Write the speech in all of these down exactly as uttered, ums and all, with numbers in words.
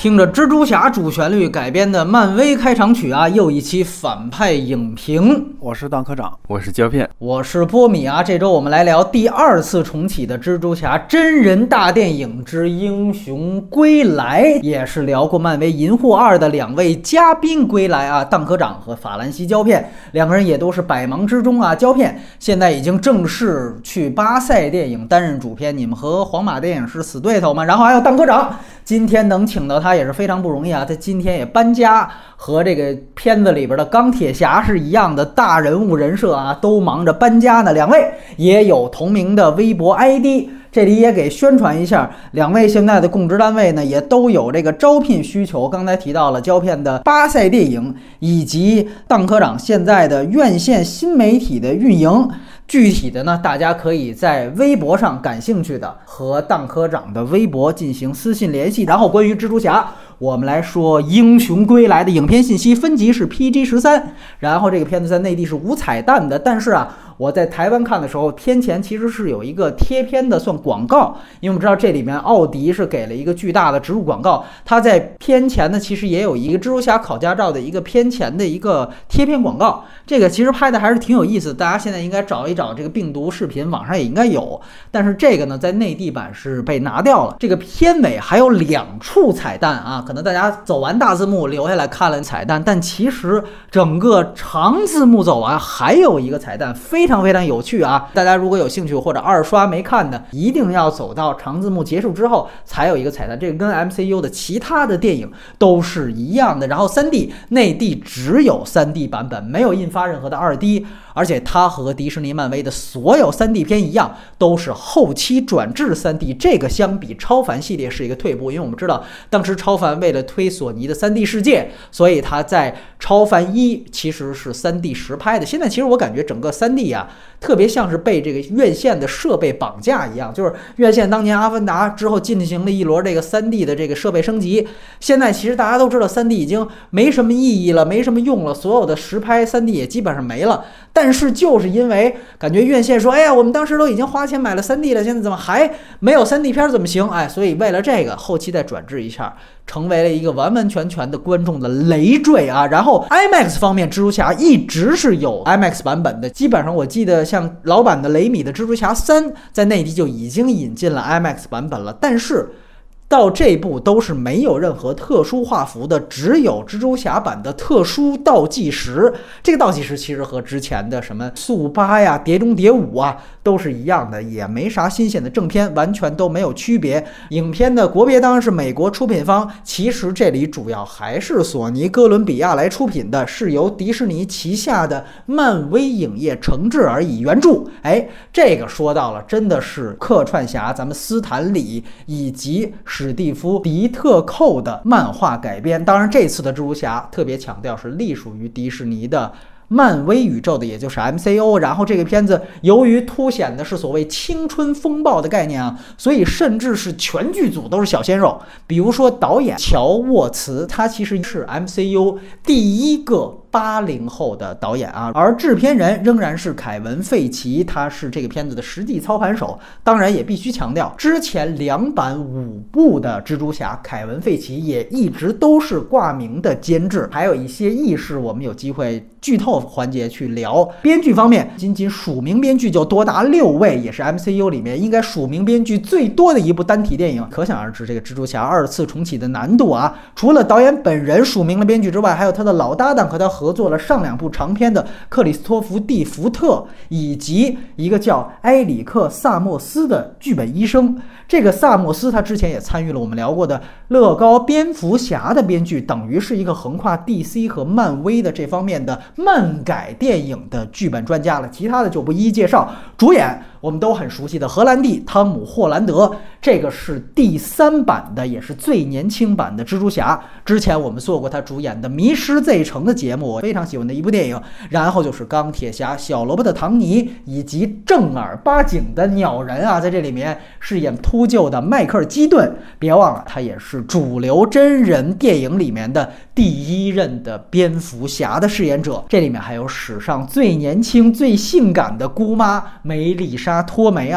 听着蜘蛛侠主旋律改编的漫威开场曲啊，又一期反派影评。 我是当科长， 我是胶片， 我是波米啊。这周我们来聊第二次重启的蜘蛛侠真人大电影之英雄归来，也是聊过漫威银护二的两位嘉宾归来啊，当科长和法兰西胶片，两个人也都是百忙之中啊。胶片现在已经正式去巴塞电影担任主编，你们和皇马电影是死对头吗？然后还有当科长，今天能请到他也是非常不容易啊，他今天也搬家，和这个片子里边的钢铁侠是一样的大人物人设啊，都忙着搬家呢。两位也有同名的微博 I D， 这里也给宣传一下，两位现在的供职单位呢也都有这个招聘需求。刚才提到了胶片的巴塞电影，以及当科长现在的院线新媒体的运营。具体的呢，大家可以在微博上感兴趣的和当科长的微博进行私信联系。然后关于蜘蛛侠，我们来说英雄归来的影片信息，分级是 P G 十三， 然后这个片子在内地是无彩蛋的，但是啊我在台湾看的时候，片前其实是有一个贴片的算广告，因为我们知道这里面奥迪是给了一个巨大的植入广告，它在片前呢其实也有一个蜘蛛侠考驾照的一个片前的一个贴片广告，这个其实拍的还是挺有意思的，大家现在应该找一找这个病毒视频，网上也应该有，但是这个呢在内地版是被拿掉了。这个片尾还有两处彩蛋啊，可能大家走完大字幕留下来看了彩蛋，但其实整个长字幕走完还有一个彩蛋，非常非常有趣啊！大家如果有兴趣或者二刷没看的，一定要走到长字幕结束之后才有一个彩蛋，这个跟 M C U 的其他的电影都是一样的。然后 三 D 内地只有 三 D 版本，没有印发任何的 二 D， 而且它和迪士尼漫威的所有 三 D 片一样，都是后期转制 三 D， 这个相比超凡系列是一个退步，因为我们知道当时超凡为了推索尼的 三 D 世界，所以它在超凡一其实是 三 D 实拍的。现在其实我感觉整个 三 D 啊特别像是被这个院线的设备绑架一样，就是院线当年阿凡达之后进行了一轮这个 三 D 的这个设备升级，现在其实大家都知道 三 D 已经没什么意义了，没什么用了，所有的实拍 三 D 也基本上没了，但是就是因为感觉院线说哎呀我们当时都已经花钱买了 三 D 了，现在怎么还没有 三 D 片怎么行，哎，所以为了这个后期再转制一下，成为了一个完完全全的观众的累赘啊。然后 IMAX 方面，蜘蛛侠一直是有 IMAX 版本的，基本上我记得像老版的雷米的蜘蛛侠三在内地就已经引进了 IMAX 版本了，但是到这部都是没有任何特殊画幅的，只有蜘蛛侠版的特殊倒计时。这个倒计时其实和之前的什么速八呀、碟中谍五啊都是一样的，也没啥新鲜的，正片完全都没有区别。影片的国别当然是美国出品方，其实这里主要还是索尼哥伦比亚来出品的，是由迪士尼旗下的漫威影业承制而已。原著哎，这个说到了真的是客串侠咱们斯坦李以及史蒂夫·迪特寇的漫画改编，当然这次的蜘蛛侠特别强调是隶属于迪士尼的漫威宇宙的，也就是 M C U。 然后这个片子由于凸显的是所谓青春风暴的概念啊，所以甚至是全剧组都是小鲜肉，比如说导演乔沃茨，他其实是 M C U 第一个八零后的导演啊，而制片人仍然是凯文·费奇，他是这个片子的实际操盘手。当然也必须强调，之前两版五部的蜘蛛侠，凯文·费奇也一直都是挂名的监制，还有一些轶事我们有机会剧透环节去聊。编剧方面，仅仅署名编剧就多达六位，也是 M C U 里面应该署名编剧最多的一部单体电影，可想而知这个蜘蛛侠二次重启的难度啊。除了导演本人署名了编剧之外，还有他的老搭档和他合作了上两部长片的克里斯托弗·蒂福特，以及一个叫埃里克·萨默斯的剧本医生。这个萨默斯他之前也参与了我们聊过的乐高蝙蝠侠的编剧，等于是一个横跨 D C 和漫威的这方面的漫改电影的剧本专家了，其他的就不一一介绍。主演我们都很熟悉的荷兰弟汤姆·霍兰德，这个是第三版的也是最年轻版的蜘蛛侠，之前我们做过他主演的《迷失 Z 城》的节目，我非常喜欢的一部电影。然后就是钢铁侠小罗伯特·唐尼，以及正儿八经的鸟人啊，在这里面饰演秃鹫的迈克尔·基顿，别忘了他也是主流真人电影里面的第一任的蝙蝠侠的饰演者。这里面还有史上最年轻最性感的姑妈梅丽莎·托梅啊，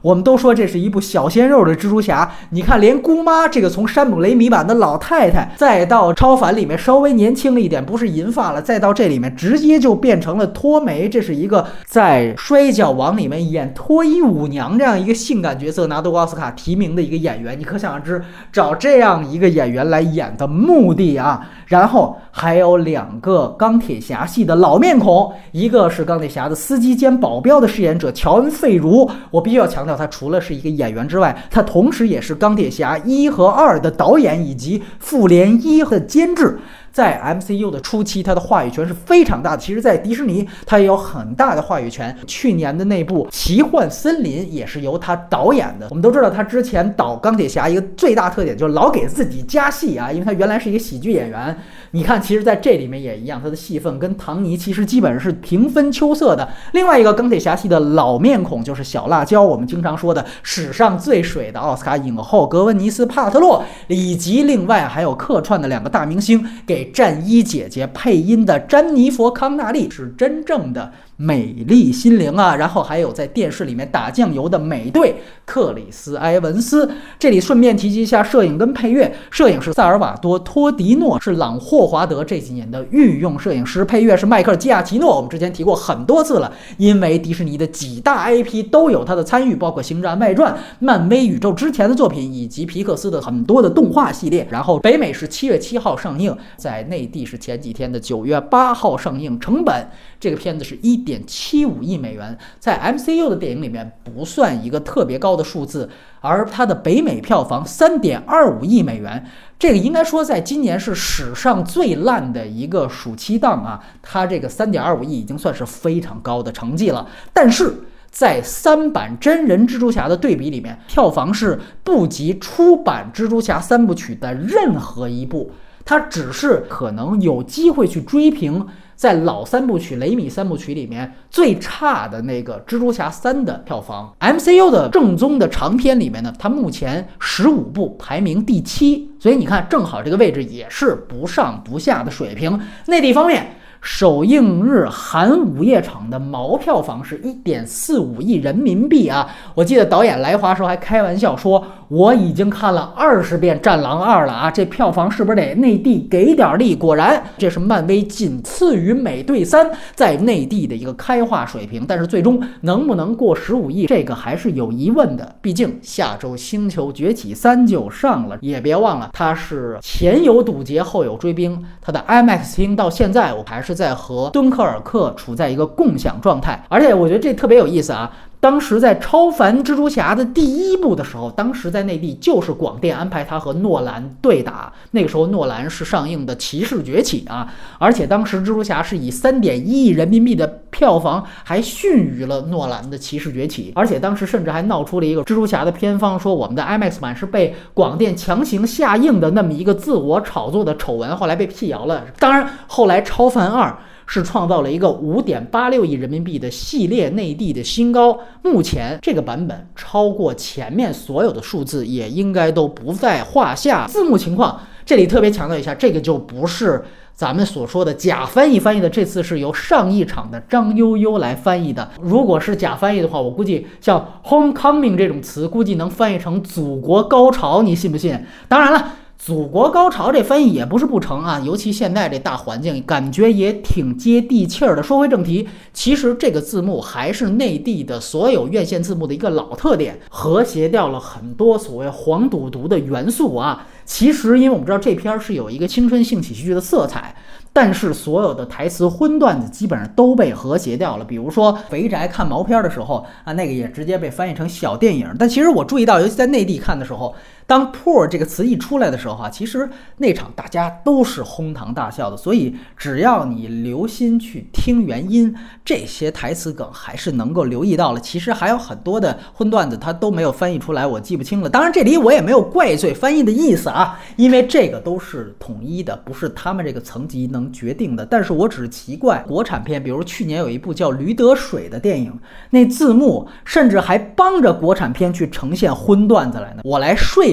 我们都说这是一部小鲜肉的蜘蛛侠，你看连姑妈这个从山姆雷米版的老太太，再到超凡里面稍微年轻了一点，不是银发了，再到这里面直接就变成了脱眉，这是一个在摔跤王里面演脱衣舞娘这样一个性感角色拿到奥斯卡提名的一个演员，你可想而知找这样一个演员来演的目的啊。然后还有两个钢铁侠系的老面孔，一个是钢铁侠的司机兼保镖的饰演者乔恩·费如，我必须要强调，他除了是一个演员之外，他同时也是钢铁侠一和二的导演以及复联一的监制。在 M C U 的初期，他的话语权是非常大的。其实，在迪士尼，他也有很大的话语权。去年的那部《奇幻森林》也是由他导演的。我们都知道，他之前导钢铁侠一个最大特点就是老给自己加戏啊，因为他原来是一个喜剧演员。你看，其实在这里面也一样，他的戏份跟唐尼其实基本上是平分秋色的。另外一个钢铁侠系的老面孔就是小辣椒，我们经常说的史上最水的奥斯卡影后格温妮斯·帕特洛，以及另外还有客串的两个大明星给战衣姐姐配音的詹妮弗·康纳利，是真正的美丽心灵啊。然后还有在电视里面打酱油的美队克里斯·埃文斯。这里顺便提及一下摄影跟配乐，摄影是萨尔瓦多·托迪诺，是朗霍华德这几年的御用摄影师，配乐是迈克尔·基亚奇诺，我们之前提过很多次了，因为迪士尼的几大 I P 都有他的参与，包括《星战外传》、漫威宇宙之前的作品，以及皮克斯的很多的动画系列。然后北美是七月七号上映，在内地是前几天的九月八号上映。成本这个片子是一点七五亿美元，在 M C U 的电影里面不算一个特别高的数字，而它的北美票房三点二五亿美元，这个应该说在今年是史上最烂的一个暑期档啊，它这个三点二五亿已经算是非常高的成绩了。但是在三版真人蜘蛛侠的对比里面，票房是不及出版蜘蛛侠三部曲的任何一部，它只是可能有机会去追平在老三部曲雷米三部曲里面最差的那个蜘蛛侠三的票房。 M C U 的正宗的长篇里面呢，它目前十五部排名第七，所以你看正好这个位置也是不上不下的水平。内地方面，首映日含午夜场的毛票房是 一点四五亿人民币啊！我记得导演来华时候还开玩笑说，我已经看了二十遍《战狼二》了啊，这票房是不是得内地给点力？果然，这是漫威仅次于美队三在内地的一个开画水平，但是最终能不能过十五亿，这个还是有疑问的。毕竟下周《星球崛起三》就上了，也别忘了它是前有堵截后有追兵，它的 IMAX 厅到现在我还是在和敦刻尔克处在一个共享状态。而且我觉得这特别有意思啊，当时在超凡蜘蛛侠的第一部的时候，当时在内地就是广电安排他和诺兰对打，那个时候诺兰是上映的骑士崛起啊，而且当时蜘蛛侠是以 三点一亿人民币的票房还逊于了诺兰的骑士崛起，而且当时甚至还闹出了一个蜘蛛侠的片方说我们的 IMAX 版是被广电强行下映的那么一个自我炒作的丑闻，后来被辟谣了。当然后来超凡二是创造了一个 五点八六亿人民币的系列内地的新高，目前这个版本超过前面所有的数字也应该都不在话下。字幕情况这里特别强调一下，这个就不是咱们所说的假翻译翻译的，这次是由上一场的张悠悠来翻译的。如果是假翻译的话，我估计像 homecoming 这种词估计能翻译成祖国高潮，你信不信？当然了，祖国高潮这翻译也不是不成啊，尤其现在这大环境感觉也挺接地气儿的。说回正题，其实这个字幕还是内地的所有院线字幕的一个老特点，和谐掉了很多所谓黄赌毒的元素啊。其实因为我们知道这片是有一个青春性喜剧的色彩，但是所有的台词荤段子基本上都被和谐掉了。比如说肥宅看毛片的时候啊，那个也直接被翻译成小电影。但其实我注意到，尤其在内地看的时候，当 poor 这个词一出来的时候啊，其实那场大家都是哄堂大笑的。所以只要你留心去听原音，这些台词梗还是能够留意到了。其实还有很多的荤段子它都没有翻译出来，我记不清了。当然这里我也没有怪罪翻译的意思啊，因为这个都是统一的，不是他们这个层级能决定的。但是我只是奇怪，国产片比如去年有一部叫《驴得水》的电影，那字幕甚至还帮着国产片去呈现荤段子来呢。我来说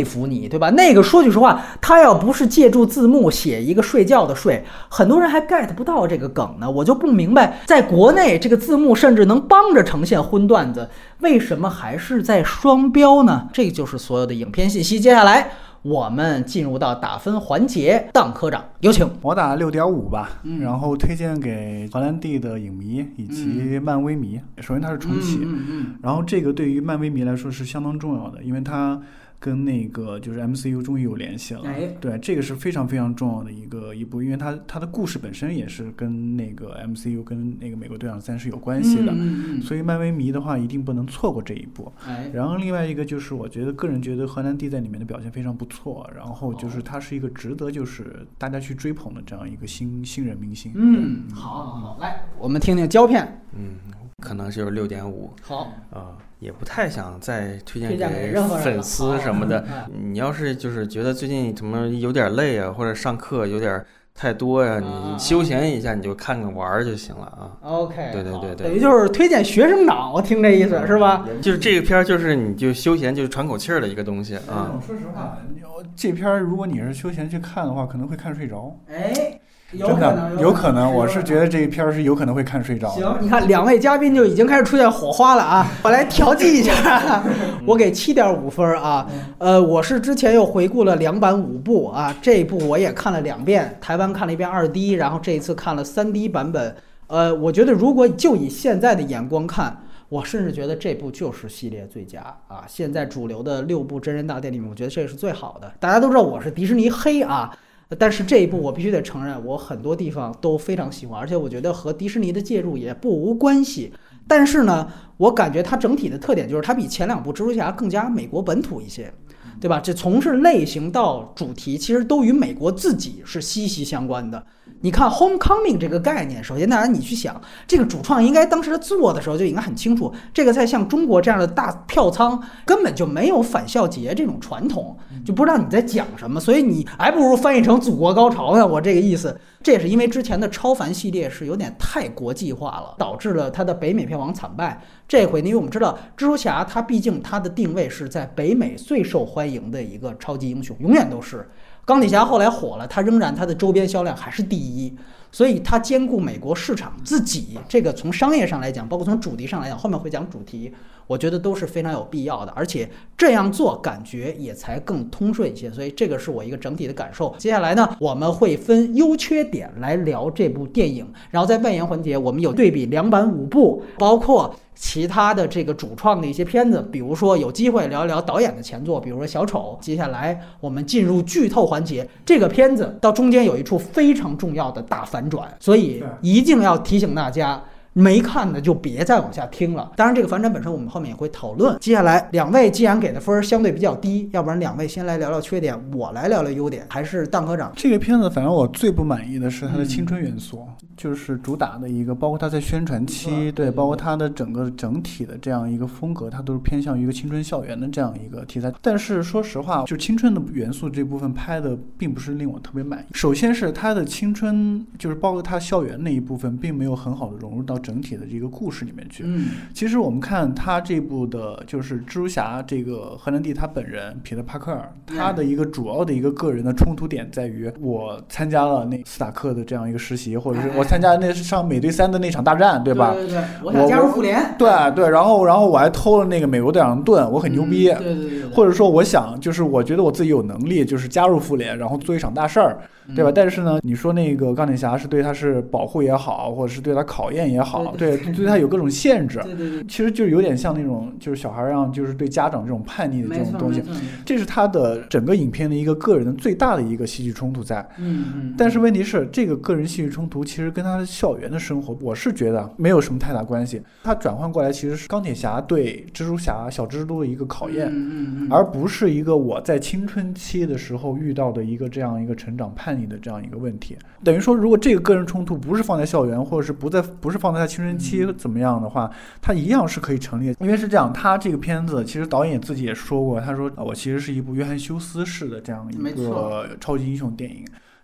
佩服你，对吧？那个说句实话，他要不是借助字幕写一个睡觉的睡，很多人还 get 不到这个梗呢。我就不明白，在国内这个字幕甚至能帮着呈现荤段子，为什么还是在双标呢？这就是所有的影片信息。接下来我们进入到打分环节，当科长有请。 我打六点五吧、 嗯， 然后推荐给荷兰弟的影迷以及漫威迷。嗯、首先它是重启、 嗯嗯嗯， 然后这个对于漫威迷来说是相当重要的，因为它跟那个就是 M C U 终于有联系了。 哎， 对，这个是非常非常重要的一个一部，因为它它的故事本身也是跟那个 M C U 跟那个美国队长三是有关系的、 嗯嗯、 所以漫威迷的话一定不能错过这一部。 哎， 然后另外一个就是我觉得个人觉得荷兰弟在里面的表现非常不错，然后就是他是一个值得就是大家去追捧的这样一个新新人明星。 嗯，好好好，来我们听听胶片。 嗯，可能就是六点五。 好啊、呃，也不太想再推荐给给粉丝什么的。你要是就是觉得最近什么有点累啊，或者上课有点太多呀、啊，你休闲一下你就看看玩就行了啊。 OK， 对对对对， 等于就是推荐学生党，我听这意思是吧？ 就是这个片儿就是你就休闲就是喘口气儿的一个东西啊。 说实话，这片如果你是休闲去看的话，可能会看睡着。 哎。有可能，有可能，我是觉得这一片是有可能会看睡着。 行，你看两位嘉宾就已经开始出现火花了啊！我来调剂一下，我给七点五分啊。呃，我是之前又回顾了两版五部啊，这一部我也看了两遍，台湾看了一遍二 D， 然后这一次看了三 D 版本。呃，我觉得如果就以现在的眼光看，我甚至觉得这部就是系列最佳啊！现在主流的六部真人大电影里面，我觉得这是最好的。大家都知道我是迪士尼黑啊。但是这一部我必须得承认，我很多地方都非常喜欢，而且我觉得和迪士尼的介入也不无关系。但是呢，我感觉它整体的特点就是它比前两部蜘蛛侠更加美国本土一些，对吧？这从是类型到主题，其实都与美国自己是息息相关的。你看 homecoming 这个概念，首先大家你去想，这个主创应该当时他做的时候就应该很清楚，这个在像中国这样的大票仓根本就没有返校节这种传统，就不知道你在讲什么，所以你还不如翻译成祖国高潮呢，我这个意思。这也是因为之前的超凡系列是有点太国际化了，导致了它的北美票房惨败。这回呢，因为我们知道蜘蛛侠它毕竟它的定位是在北美最受欢迎的一个超级英雄，永远都是。钢铁侠后来火了，它仍然它的周边销量还是第一，所以它兼顾美国市场自己这个从商业上来讲，包括从主题上来讲，后面会讲主题，我觉得都是非常有必要的，而且这样做感觉也才更通顺一些，所以这个是我一个整体的感受。接下来呢，我们会分优缺点来聊这部电影，然后在外延环节我们有对比两版五部，包括其他的这个主创的一些片子，比如说有机会聊一聊导演的前作，比如说小丑。接下来我们进入剧透环节，这个片子到中间有一处非常重要的大反转，所以一定要提醒大家，没看的就别再往下听了。当然这个反转本身我们后面也会讨论。接下来两位既然给的分相对比较低，要不然两位先来聊聊缺点，我来聊聊优点。还是蛋科长？ 这个片子反正我最不满意的是它的青春元素、嗯、就是主打的一个，包括它在宣传期，对，包括它的整个整体的这样一个风格，它都是偏向于一个青春校园的这样一个题材。但是说实话，就青春的元素这部分拍的并不是令我特别满意。首先是它的青春，就是包括它校园那一部分并没有很好的融入到整体的这个故事里面去。 嗯， 其实我们看他这部的就是蜘蛛侠这个荷兰弟他本人彼得帕克尔，他的一个主要的一个个人的冲突点在于，我参加了那斯塔克的这样一个实习，或者是我参加那上美队三的那场大战，对吧？ 对对对，我想加入复联。 对对，然后然后我还偷了那个美国队长盾，我很牛逼。 嗯、对, 对, 对, 对或者说我想就是我觉得我自己有能力，就是加入复联，然后做一场大事儿。对吧、嗯？但是呢，你说那个钢铁侠是对他是保护也好，或者是对他考验也好，对 对, 对他有各种限制， 对对对， 其实就有点像那种就是小孩让就是对家长这种叛逆的这种东西，这是他的整个影片的一个个人的最大的一个戏剧冲突在。 嗯嗯。 但是问题是，这个个人戏剧冲突其实跟他的校园的生活，我是觉得没有什么太大关系。他转换过来其实是钢铁侠对蜘蛛侠小蜘蛛的一个考验， 嗯嗯嗯， 而不是一个我在青春期的时候遇到的一个这样一个成长叛逆的这样一个问题。等于说，如果这个个人冲突不是放在校园，或者是不在不是放在他青春期怎么样的话，他一样是可以成立。因为是这样，他这个片子其实导演自己也说过，他说、啊、我其实是一部约翰休斯式的这样一个超级英雄电影。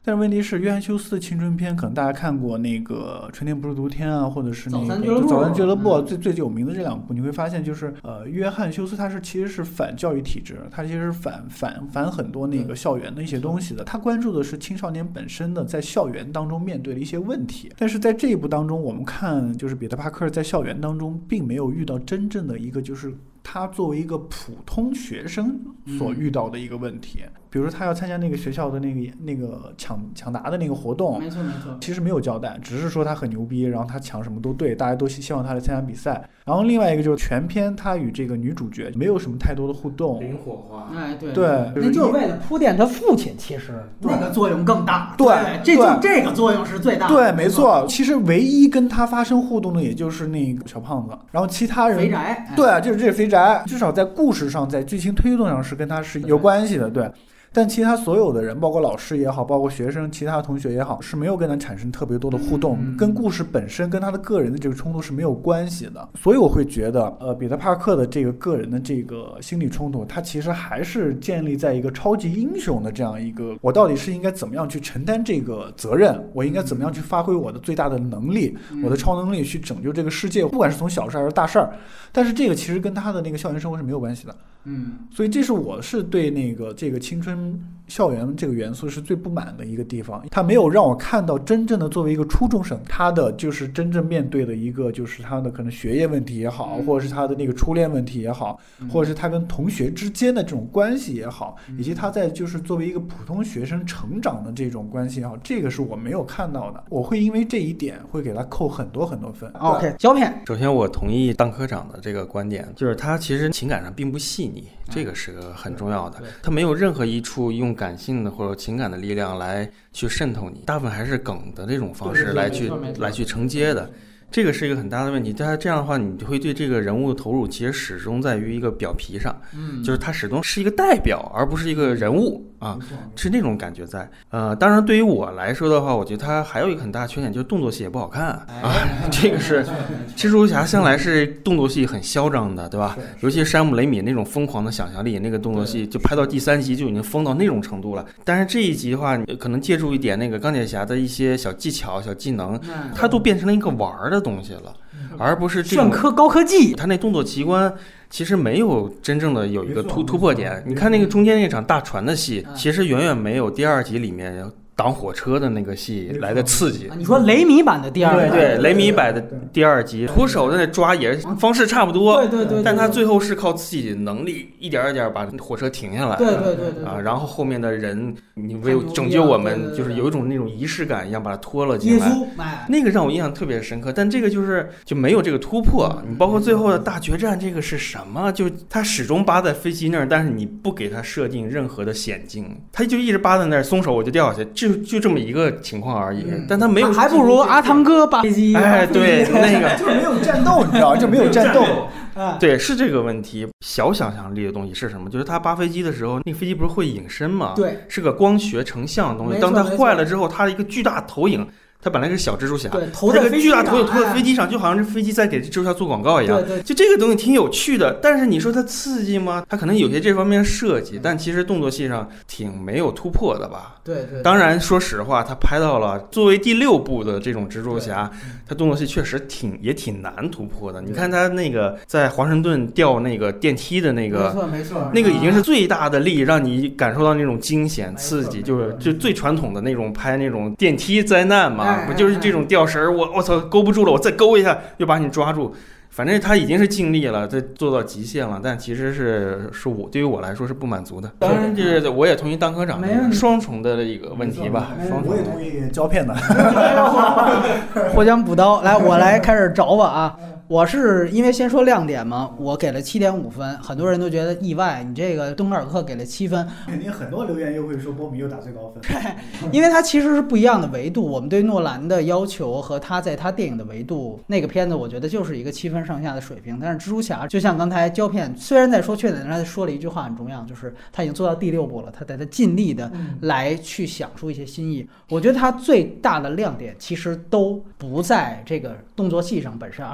但是问题是，约翰休斯的青春片，可能大家看过那个《春天不是毒天》啊，或者是那个《早餐俱乐部》最最有名的这两部，你会发现就是呃，约翰休斯他是其实是反教育体制，他其实是反反反很多那个校园的一些东西的。他关注的是青少年本身的在校园当中面对的一些问题。但是在这一部当中，我们看就是彼得帕克在校园当中并没有遇到真正的一个就是他作为一个普通学生所遇到的一个问题。嗯，比如说他要参加那个学校的那个那个抢抢答的那个活动， 没错没错， 其实没有交代，只是说他很牛逼，然后他抢什么都对，大家都希望他来参加比赛。然后另外一个就是全片他与这个女主角没有什么太多的互动， 零火花。 哎，对对， 那就是为了铺垫他父亲，其实那个作用更大。 对， 这就这个作用是最大的。 对，没错。其实唯一跟他发生互动的，也就是那个小胖子，然后其他人肥宅。 对，就是这是肥宅，至少在故事上，在剧情推动上是跟他是有关系的，对。但其他所有的人，包括老师也好，包括学生、其他同学也好，是没有跟他产生特别多的互动，嗯、跟故事本身、跟他的个人的这个冲突是没有关系的。所以我会觉得，呃，彼得帕克的这个个人的这个心理冲突，他其实还是建立在一个超级英雄的这样一个，我到底是应该怎么样去承担这个责任，我应该怎么样去发挥我的最大的能力，嗯、我的超能力去拯救这个世界，不管是从小事还是大事儿。但是这个其实跟他的那个校园生活是没有关系的。 嗯， 所以这是我是对那个这个青春校园这个元素是最不满的一个地方，他没有让我看到真正的作为一个初中生，他的就是真正面对的一个就是他的可能学业问题也好，或者是他的那个初恋问题也好，或者是他跟同学之间的这种关系也好，以及他在就是作为一个普通学生成长的这种关系也好，这个是我没有看到的。我会因为这一点会给他扣很多很多分。 OK， 胶片。 首先我同意当科长的这个观点，就是他其实情感上并不细腻，这个是个很重要的。他没有任何一处用感性的或者情感的力量来去渗透你，大部分还是梗的这种方式来去来去承接的。这个是一个很大的问题，但这样的话，你会对这个人物的投入其实始终在于一个表皮上，嗯，就是他始终是一个代表，而不是一个人物啊，是那种感觉在。呃，当然对于我来说的话，我觉得他还有一个很大的缺点，就是动作戏也不好看啊。这个是蜘蛛侠向来是动作戏很嚣张的，对吧？尤其是山姆雷米那种疯狂的想象力，那个动作戏就拍到第三集就已经疯到那种程度了。但是这一集的话，可能借助一点那个钢铁侠的一些小技巧、小技能，它都变成了一个玩的东西了，而不是这种炫科高科技。 他那动作奇观其实没有真正的有一个突突破点。你看那个中间那场大船的戏，其实远远没有第二集里面挡火车的那个戏来的刺激。 你说雷米版的第二集， 对对，雷米版的第二集，徒手的那抓也方式差不多， 对对对， 但他最后是靠自己的能力一点一点把火车停下来， 对对对对啊，然后后面的人你为拯救我们，就是有一种那种仪式感一样把它拖了进来，那个让我印象特别深刻。但这个就是就没有这个突破，你包括最后的大决战，这个是什么？就他始终扒在飞机那儿，但是你不给他设定任何的险境，他就一直扒在那儿，松手我就掉下去，就就这么一个情况而已。嗯、但他没有， 还不如阿汤哥扒飞机。 哎，对，那个就是没有战斗，你知道，就没有战斗。 对，是这个问题。小想象力的东西是什么？就是他扒飞机的时候，那个飞机不是会隐身吗？ 对， 是个光学成像的东西。当它坏了之后，它的一个巨大投影。它本来是小蜘蛛侠， 对，投在这个巨大投影投在飞机上，就好像是飞机在给蜘蛛侠做广告一样。 对对， 就这个东西挺有趣的，但是你说它刺激吗？它可能有些这方面设计，但其实动作戏上挺没有突破的吧。 对 对, 对。 当然，说实话，他拍到了作为第六部的这种蜘蛛侠，他动作戏确实挺也挺难突破的。你看他那个在华盛顿掉那个电梯的那个， 没错没错， 那个已经是最大的力，让你感受到那种惊险刺激，就是就最传统的那种拍那种电梯灾难嘛，不就是这种吊绳，我我操勾不住了，我再勾一下又把你抓住。反正他已经是尽力了，这做到极限了，但其实是是我对于我来说是不满足的。当然，就是我也同意当科长双重的一个问题吧。双重我也同意胶片的。 互相补刀，来，我来开始找吧啊！我是因为先说亮点嘛，我给了七点五分，很多人都觉得意外，你这个敦刻尔克给了七分， 肯定很多留言又会说波米又打最高分， 因为它其实是不一样的维度。我们对诺兰的要求和他在他电影的维度，那个片子我觉得就是一个七分上下的水平。但是蜘蛛侠就像刚才胶片虽然在说缺点，但是他说了一句话很重要，就是他已经做到第六部了，他在他尽力的来去想出一些新意。我觉得他最大的亮点其实都不在这个动作戏上本身，而是他在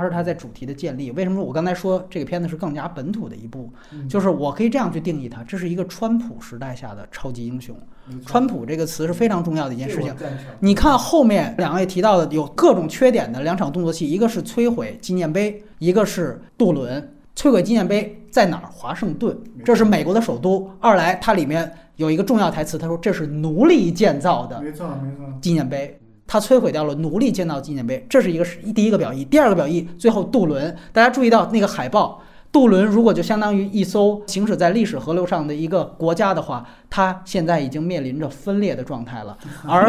主题的建立。为什么我刚才说这个片子是更加本土的一部？ 嗯、 就是我可以这样去定义它，这是一个川普时代下的超级英雄。川普这个词是非常重要的一件事情。你看后面两位提到的有各种缺点的两场动作戏，一个是摧毁纪念碑，一个是渡轮。摧毁纪念碑在哪儿？华盛顿，这是美国的首都。二来，它里面有一个重要台词，他说这是奴隶建造的， 没错没错， 纪念碑。他摧毁掉了奴隶建造纪念碑，这是一个第一个表意。第二个表意，最后渡轮，大家注意到那个海报，渡轮如果就相当于一艘行驶在历史河流上的一个国家的话，它现在已经面临着分裂的状态了。而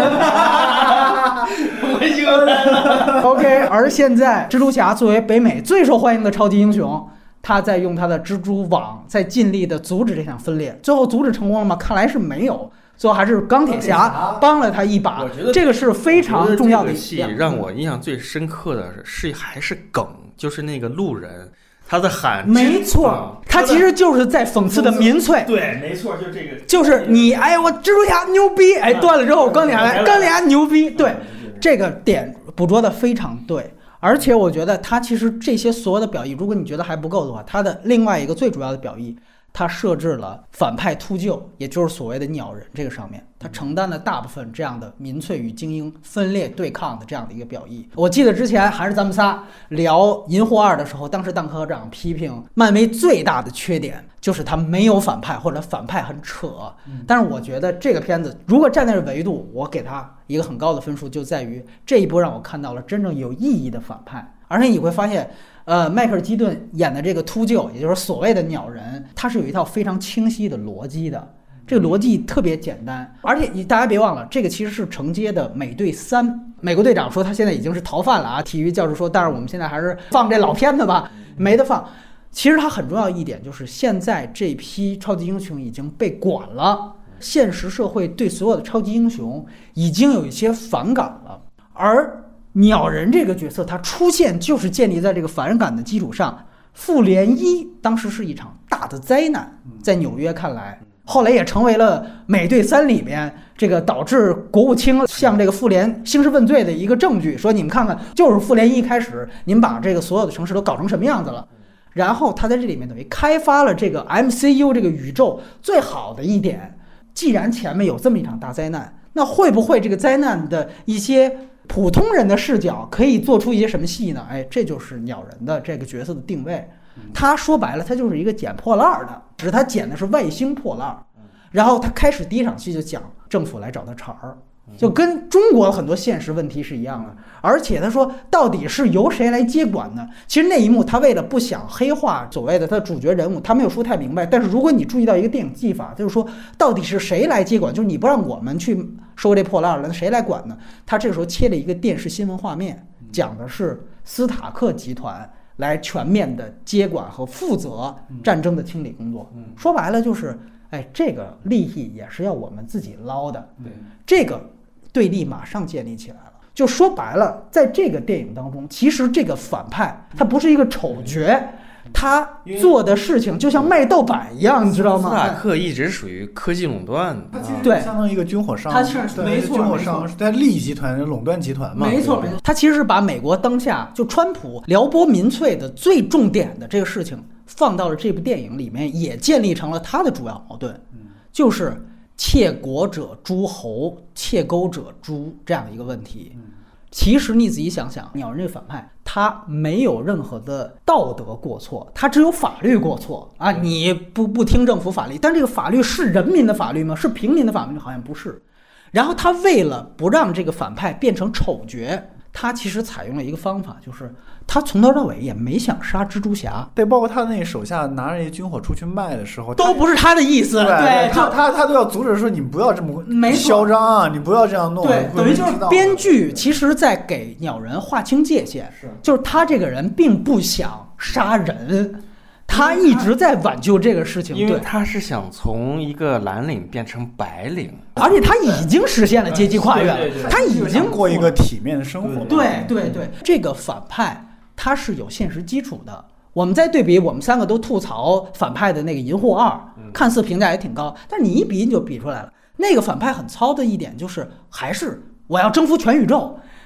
我就来了 OK， 而现在蜘蛛侠作为北美最受欢迎的超级英雄，他在用他的蜘蛛网在尽力的阻止这场分裂，最后阻止成功了吗？看来是没有，最后还是钢铁侠帮了他一把。 我觉得这个是非常重要的戏，让我印象最深刻的是还是梗，就是那个路人他在喊， 没错，他其实就是在讽刺的民粹。 对，没错，就这个， 就是你哎，我蜘蛛侠牛逼，哎，断了之后钢铁侠来，钢铁侠牛逼，对，这个点捕捉的非常对。而且我觉得他其实这些所有的表意，如果你觉得还不够的话，他的另外一个最主要的表意，他设置了反派秃鹫，也就是所谓的鸟人这个上面，他承担了大部分这样的民粹与精英分裂对抗的这样的一个表意。我记得之前还是咱们仨聊银护二的时候，当时蛋科长批评漫威最大的缺点就是他没有反派，或者反派很扯。但是我觉得这个片子如果站在这维度，我给他一个很高的分数，就在于这一波让我看到了真正有意义的反派。而且你会发现呃，迈克尔基顿演的这个秃鹫，也就是所谓的鸟人，他是有一套非常清晰的逻辑的，这个逻辑特别简单。而且你大家别忘了，这个其实是承接的美队三。美国队长说他现在已经是逃犯了啊，体育教授说，但是我们现在还是放这老片子吧，没得放。其实它很重要一点就是，现在这批超级英雄已经被管了，现实社会对所有的超级英雄已经有一些反感了，而鸟人这个角色他出现就是建立在这个反感的基础上。复联一当时是一场大的灾难，在纽约看来，后来也成为了美队三里面这个导致国务卿向这个复联兴师问罪的一个证据，说你们看看，就是复联一开始你们把这个所有的城市都搞成什么样子了。然后他在这里面等于开发了这个 M C U 这个宇宙最好的一点，既然前面有这么一场大灾难，那会不会这个灾难的一些普通人的视角可以做出一些什么戏呢？哎，这就是鸟人的这个角色的定位。他说白了，他就是一个捡破烂的，只是他捡的是外星破烂。然后他开始第一场戏就讲政府来找他茬儿，就跟中国很多现实问题是一样的。而且他说到底是由谁来接管呢？其实那一幕他为了不想黑化所谓的他的主角人物，他没有说太明白。但是如果你注意到一个电影技法，就是说到底是谁来接管，就是你不让我们去收这破烂了，那谁来管呢？他这个时候切了一个电视新闻画面，讲的是斯塔克集团来全面的接管和负责战争的清理工作。说白了就是哎，这个利益也是要我们自己捞的， 对， 这个对立马上建立起来了。就说白了，在这个电影当中，其实这个反派他不是一个丑角，他做的事情就像卖盗版一样，你知道吗？ 斯塔克一直属于科技垄断， 他其实相当于一个军火商， 他是没错， 军火商是在利益集团垄断集团嘛， 没错没错。他其实是把美国当下就川普撩拨民粹的最重点的这个事情放到了这部电影里面，也建立成了他的主要矛盾，就是窃国者诸侯，窃钩者诛这样一个问题。其实你仔细想想，鸟人这个反派他没有任何的道德过错，他只有法律过错啊！你不不听政府法律，但这个法律是人民的法律吗？是平民的法律？好像不是。然后他为了不让这个反派变成丑角，他其实采用了一个方法，就是他从头到尾也没想杀蜘蛛侠。 对，包括他那手下拿着一军火出去卖的时候， 都不是他的意思。 对， 对他他他都要阻止说你不要这么嚣张啊，你不要这样弄。 对，等于就是编剧其实在给鸟人划清界限， 是就是他这个人并不想杀人。他一直在挽救这个事情， 因为他是想从一个蓝领变成白领， 而且他已经实现了阶级跨越了，他已经过一个体面的生活。 对对对，这个反派他是有现实基础的。我们再对比，我们三个都吐槽反派的那个《银护二》，看似评价也挺高，但是你一比你就比出来了，那个反派很糙的一点就是，还是我要征服全宇宙。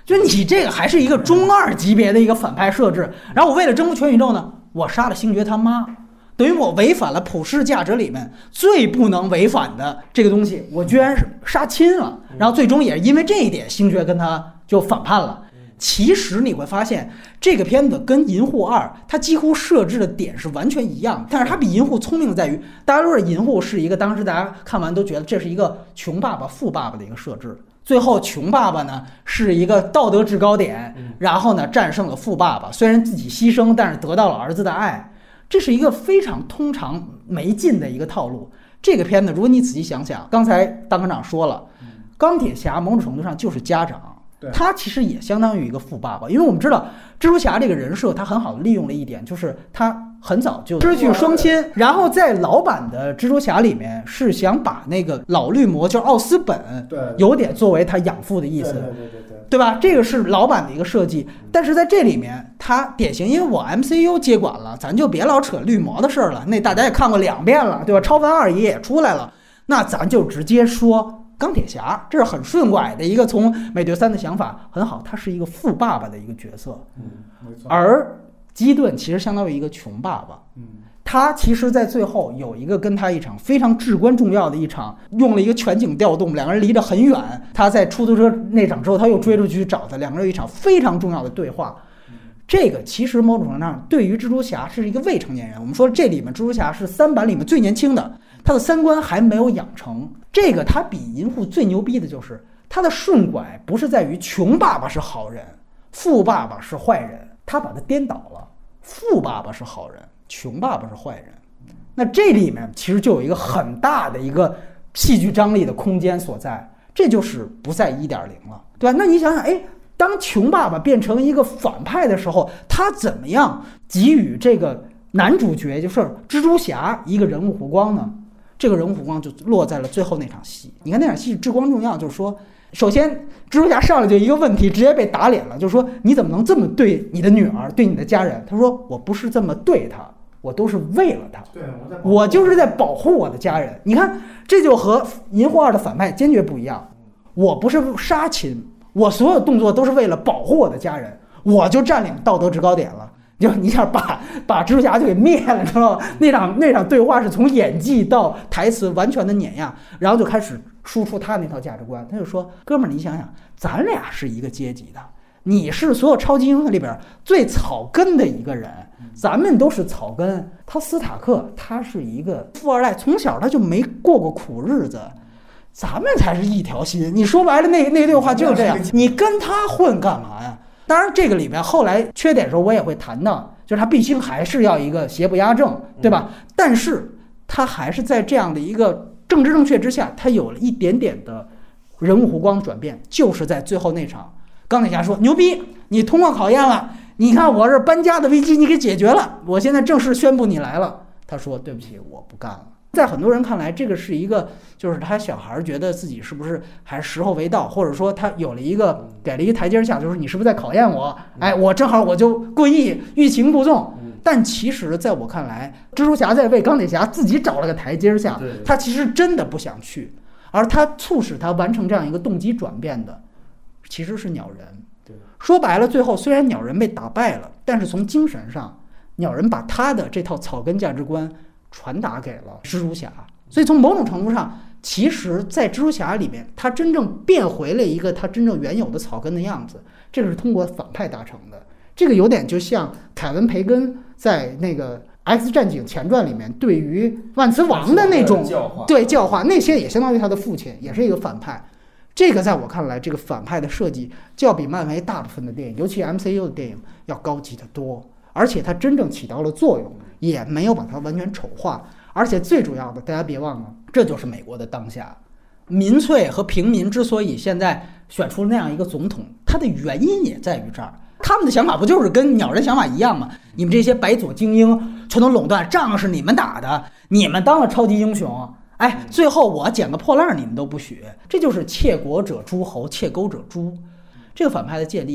就你这个还是一个中二级别的一个反派设置。然后我为了征服全宇宙呢，我杀了星爵他妈，等于我违反了普世价值里面最不能违反的这个东西，我居然是杀亲了。然后最终也是因为这一点，星爵跟他就反叛了。其实你会发现，这个片子跟《银护二》它几乎设置的点是完全一样，但是它比《银护》聪明在于，大家都是《银护》是一个当时大家看完都觉得这是一个穷爸爸富爸爸的一个设置，最后穷爸爸呢是一个道德制高点，然后呢战胜了富爸爸，虽然自己牺牲，但是得到了儿子的爱，这是一个非常通常没劲的一个套路。这个片子如果你仔细想想，刚才当科长说了，钢铁侠某种程度上就是家长。他其实也相当于一个富爸爸，因为我们知道蜘蛛侠这个人设，他很好的利用了一点，就是他很早就失去双亲，然后在老版的蜘蛛侠里面是想把那个老绿魔，就是奥斯本，有点作为他养父的意思，对对对对，对吧？这个是老版的一个设计，但是在这里面，他典型，因为我 M C U 接管了，咱就别老扯绿魔的事儿了，那大家也看过两遍了，对吧？超凡二爷也出来了，那咱就直接说。钢铁侠，这是很顺拐的一个从美队三的想法很好，他是一个富爸爸的一个角色， 嗯，没错。 而基顿其实相当于一个穷爸爸， 嗯， 他其实在最后有一个跟他一场非常至关重要的一场，用了一个全景调动，两个人离得很远，他在出租车那场之后，他又追出去找他，两个人有一场非常重要的对话。这个其实某种程度上对于蜘蛛侠是一个未成年人，我们说这里面蜘蛛侠是三版里面最年轻的，他的三观还没有养成。这个他比银护最牛逼的就是他的顺拐不是在于穷爸爸是好人，富爸爸是坏人，他把它颠倒了，富爸爸是好人，穷爸爸是坏人。那这里面其实就有一个很大的一个戏剧张力的空间所在，这就是不在 一点零 了，对吧？那你想想，哎，当穷爸爸变成一个反派的时候，他怎么样给予这个男主角就是蜘蛛侠一个人物弧光呢？这个人物弧光就落在了最后那场戏。你看那场戏至关重要，就是说，首先蜘蛛侠上来就一个问题，直接被打脸了，就是说你怎么能这么对你的女儿，对你的家人？他说我不是这么对她，我都是为了她， 对，我在我就是在保护我的家人。你看，这就和银护二的反派坚决不一样。我不是杀亲，我所有动作都是为了保护我的家人，我就占领道德制高点了。就你想把把蜘蛛侠就给灭了，知道吗？那场那场对话是从演技到台词完全的碾压，然后就开始输出他那套价值观。他就说：“哥们儿，你想想，咱俩是一个阶级的，你是所有超级英雄里边最草根的一个人，咱们都是草根。他斯塔克他是一个富二代，从小他就没过过苦日子。”咱们才是一条心，你说白了，那那对话就是这样，你跟他混干嘛呀？当然，这个里面后来缺点的时候我也会谈到，就是他毕竟还是要一个邪不压正，对吧？但是他还是在这样的一个政治正确之下，他有了一点点的人物弧光转变，就是在最后那场，钢铁侠说：“牛逼，你通过考验了，你看我这搬家的危机你给解决了，我现在正式宣布你来了。”他说：“对不起，我不干了。”在很多人看来，这个是一个，就是他小孩觉得自己是不是还时候未到，或者说他有了一个给了一个台阶下，就是你是不是在考验我？哎，我正好我就故意欲擒故纵。但其实在我看来，蜘蛛侠在为钢铁侠自己找了个台阶下，他其实真的不想去，而他促使他完成这样一个动机转变的，其实是鸟人。说白了，最后虽然鸟人被打败了，但是从精神上，鸟人把他的这套草根价值观传达给了蜘蛛侠，所以从某种程度上，其实在蜘蛛侠里面，他真正变回了一个他真正原有的草根的样子，这个是通过反派达成的。这个有点就像凯文·培根在那个《X 战警前传》里面对于万磁王的那种对教化，那些也相当于他的父亲，也是一个反派。这个在我看来，这个反派的设计就要比漫威大部分的电影，尤其 M C U 的电影要高级得多，而且它真正起到了作用，也没有把它完全丑化。而且最主要的，大家别忘了，这就是美国的当下。民粹和平民之所以现在选出那样一个总统，它的原因也在于这儿。他们的想法不就是跟鸟人想法一样吗？你们这些白左精英全都垄断，仗是你们打的，你们当了超级英雄，哎，最后我捡个破烂你们都不许，这就是窃国者诸侯，窃钩者诛。这个反派的建立，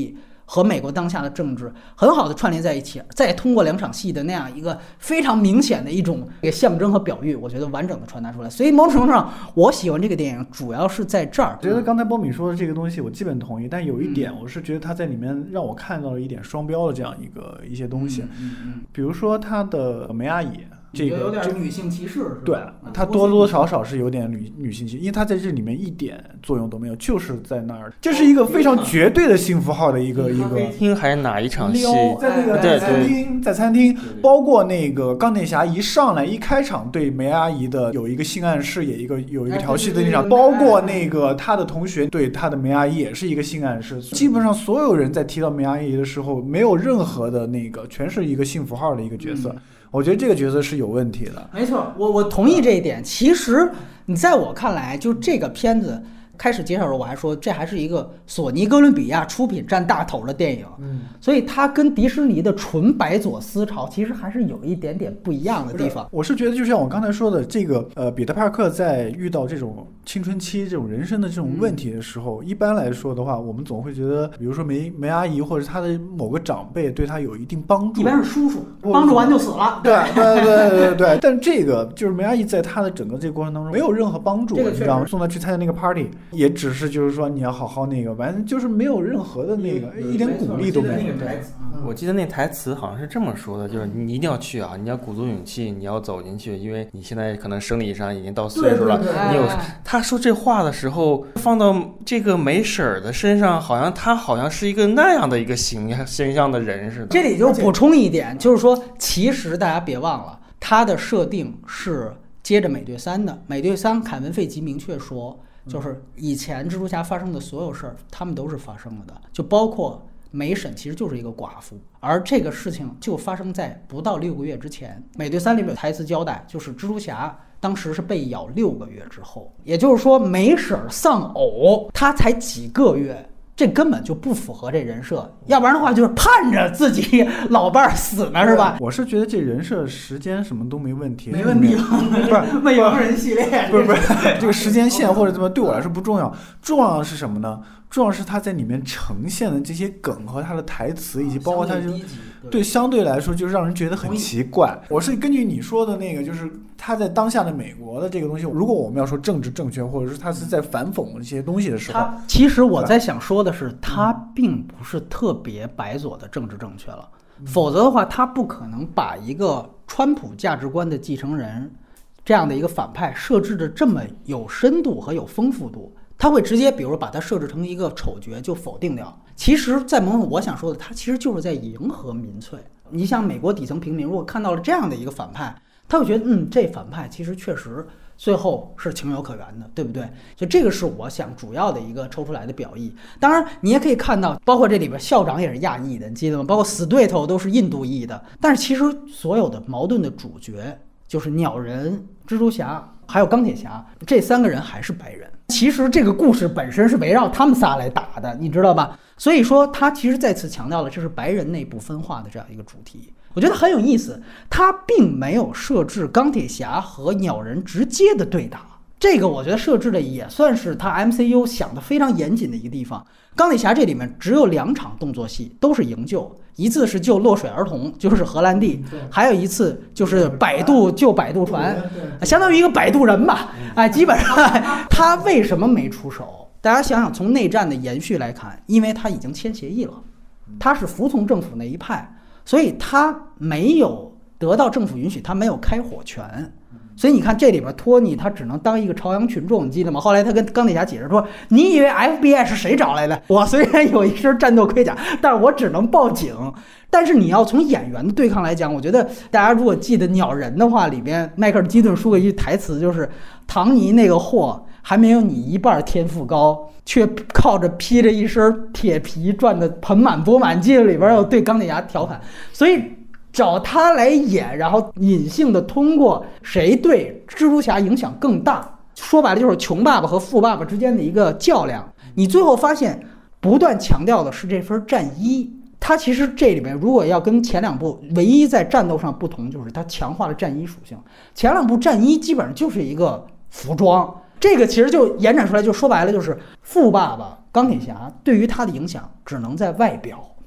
和美国当下的政治很好的串联在一起，再通过两场戏的那样一个非常明显的一种象征和表喻，我觉得完整的传达出来。所以某种程度上，我喜欢这个电影主要是在这儿。 觉得刚才波米说的这个东西我基本同意，但有一点我是觉得他在里面让我看到了一点双标的这样一个一些东西， 嗯嗯嗯， 比如说他的梅阿姨。这个有点女性歧视是吧？ 对，他多多少少是有点女女性歧视，因为他在这里面一点作用都没有，就是在那儿，这是一个非常绝对的幸福号的一个一个。 厅还是哪一场戏？ 在那个在餐厅，在餐厅，包括那个钢铁侠一上来一开场对梅阿姨的有一个性暗示，也一个有一个调戏的那场，包括那个他的同学对他的梅阿姨也是一个性暗示。基本上所有人在提到梅阿姨的时候，没有任何的那个，全是一个幸福号的一个角色。嗯，我觉得这个角色是有问题的。 没错，我我同意这一点。其实你在我看来，就这个片子开始介绍的时候，我还说这还是一个索尼哥伦比亚出品占大头的电影， 嗯， 所以它跟迪士尼的纯白左思潮其实还是有一点点不一样的地方。 我是觉得就像我刚才说的，这个呃，彼得·帕克在遇到这种青春期这种人生的这种问题的时候，嗯，一般来说的话，我们总会觉得，比如说梅梅阿姨或者他的某个长辈对他有一定帮助， 一般是叔叔，帮助完就死了。 对对对对对。但这个就是梅阿姨在他的整个这个过程当中没有任何帮助， 这个你知道吗？送他去参加那个 party， 也只是就是说你要好好那个，反正就是没有任何的那个一点鼓励都没有。 我记得那台词好像是这么说的，就是你一定要去啊，你要鼓足勇气，你要走进去，因为你现在可能生理上已经到岁数了。 对对对， 你有他说这话的时候，放到这个梅婶儿的身上，好像他好像是一个那样的一个形象形象的人似的。 这里就补充一点，就是说，其实大家别忘了，他的设定是接着美队三的。美队三，凯文·费奇明确说，就是以前蜘蛛侠发生的所有事儿，他们都是发生了的，就包括梅婶其实就是一个寡妇，而这个事情就发生在不到六个月之前。美队三里面有台词交代，就是蜘蛛侠当时是被咬六个月之后，也就是说梅婶丧偶，他才几个月。这根本就不符合这人设，要不然的话就是盼着自己老伴儿死呢，是吧？ 我是觉得这人设时间什么都没问题， 没问题， 不是未亡人系列， 不是不是这个时间线或者怎么对我来说不重要，重要的是什么呢？重要是他在里面呈现的这些梗和他的台词，以及包括他就对相对来说就让人觉得很奇怪。我是根据你说的那个，就是他在当下的美国的这个东西，如果我们要说政治正确，或者是他是在反讽这些东西的时候， 他其实我在想说的是，他并不是特别白左的政治正确了，否则的话，他不可能把一个川普价值观的继承人这样的一个反派设置的这么有深度和有丰富度。他会直接比如把它设置成一个丑角就否定掉。其实在某种我想说的，他其实就是在迎合民粹。你像美国底层平民如果看到了这样的一个反派，他会觉得嗯，这反派其实确实最后是情有可原的，对不对？就这个是我想主要的一个抽出来的表意。当然你也可以看到，包括这里边校长也是亚裔的，你记得吗？包括死对头都是印度裔的。但是其实所有的矛盾的主角就是鸟人、蜘蛛侠还有钢铁侠，这三个人还是白人。其实这个故事本身是围绕他们仨来打的，你知道吧？所以说他其实再次强调了这是白人内部分化的这样一个主题，我觉得很有意思。他并没有设置钢铁侠和鸟人直接的对打，这个我觉得设置的也算是他 M C U 想的非常严谨的一个地方。钢铁侠这里面只有两场动作戏，都是营救，一次是救落水儿童，就是荷兰弟，还有一次就是摆渡救摆渡船，相当于一个摆渡人吧。哎，基本上他为什么没出手？大家想想，从内战的延续来看，因为他已经签协议了，他是服从政府那一派，所以他没有得到政府允许，他没有开火权。所以你看这里边托尼他只能当一个朝阳群众，你记得吗？后来他跟钢铁侠解释说，你以为 F B I 是谁找来的？我虽然有一身战斗盔甲，但是我只能报警。但是你要从演员的对抗来讲，我觉得大家如果记得鸟人的话，里边迈克尔基顿说过一句台词，就是唐尼那个货还没有你一半天赋高，却靠着披着一身铁皮转的盆满钵满，记得里边有对钢铁侠调侃。所以找他来演，然后隐性的通过谁对蜘蛛侠影响更大，说白了就是穷爸爸和富爸爸之间的一个较量。你最后发现不断强调的是这份战衣，它其实这里面如果要跟前两部唯一在战斗上不同，就是它强化了战衣属性。前两部战衣基本上就是一个服装，这个其实就延展出来，就说白了就是富爸爸钢铁侠对于他的影响只能在外表，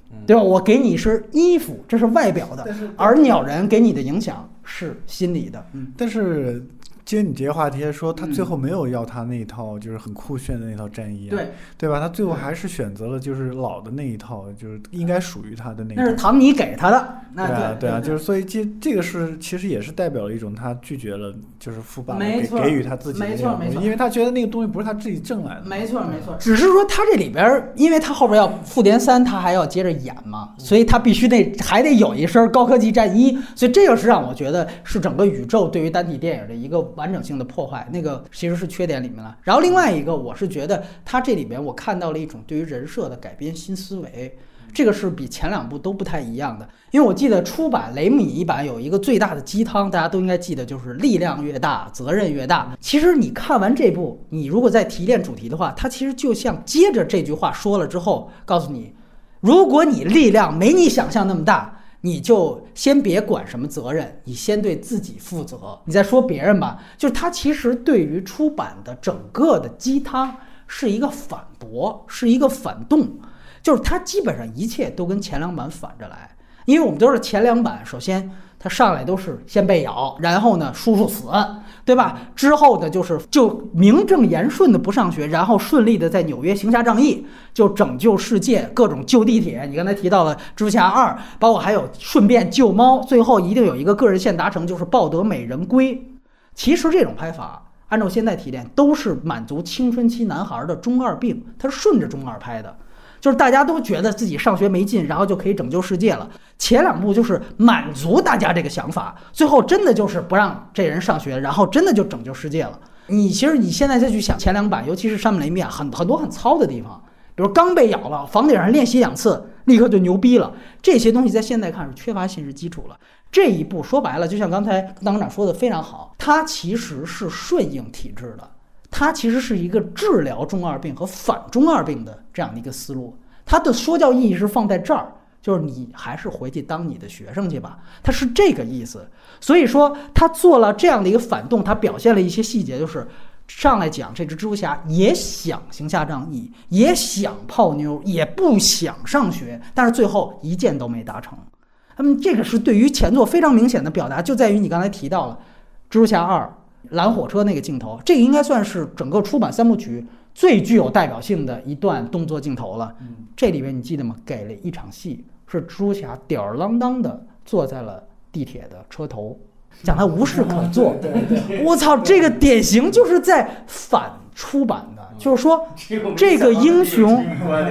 对吧？我给你是衣服，这是外表的，而鸟人给你的影响是心理的。 嗯，但是接你这些话题说，他最后没有要他那一套就是很酷炫的那套战衣、啊， 对对吧？他最后还是选择了就是老的那一套，就是应该属于他的那一套。 那是唐尼给他的，那对啊，对啊，就是所以这这个是其实也是代表了一种他拒绝了就是富爸爸给给予他自己的这样东西，因为他觉得那个东西不是他自己挣来的。 没错没错，只是说他这里边，因为他后边要复联三，他还要接着演嘛，所以他必须得还得有一身高科技战衣，所以这个是让我觉得是整个宇宙对于单体电影的一个完整性的破坏。那个其实是缺点里面了。然后另外一个，我是觉得它这里边我看到了一种对于人设的改编新思维，这个是比前两部都不太一样的。因为我记得出版雷米一版有一个最大的鸡汤，大家都应该记得，就是力量越大，责任越大。其实你看完这部，你如果再提炼主题的话，它其实就像接着这句话说了之后，告诉你，如果你力量没你想象那么大，你就先别管什么责任，你先对自己负责，你再说别人吧。就是他其实对于出版的整个的鸡汤是一个反驳，是一个反动，就是他基本上一切都跟前两版反着来。因为我们都是前两版，首先他上来都是先被咬，然后呢叔叔死，对吧？之后呢就是就名正言顺的不上学，然后顺利的在纽约行侠仗义，就拯救世界，各种救地铁。你刚才提到了蜘蛛侠二，包括还有顺便救猫，最后一定有一个个人线达成，就是抱得美人归。其实这种拍法按照现在提炼都是满足青春期男孩的中二病，他是顺着中二拍的。就是大家都觉得自己上学没劲，然后就可以拯救世界了。前两部就是满足大家这个想法，最后真的就是不让这人上学，然后真的就拯救世界了。你其实你现在再去想前两版，尤其是山本雷米亚，很很多很糙的地方，比如刚被咬了，房顶上练习两次，立刻就牛逼了。这些东西在现在看是缺乏现实基础了。这一步说白了，就像刚才当馆长说的非常好，它其实是顺应体制的。它其实是一个治疗中二病和反中二病的这样的一个思路，它的说教意义是放在这儿，就是你还是回去当你的学生去吧，它是这个意思。所以说他做了这样的一个反动，他表现了一些细节，就是上来讲这只蜘蛛侠也想行侠仗义，也想泡妞，也不想上学，但是最后一件都没达成。那么这个是对于前作非常明显的表达，就在于你刚才提到了蜘蛛侠二拦火车那个镜头，这个应该算是整个出版三部曲最具有代表性的一段动作镜头了。这里边你记得吗？给了一场戏是蜘蛛侠吊儿郎当的坐在了地铁的车头，讲他无事可做。我操，这个典型就是在反出版的，就是说这个英雄，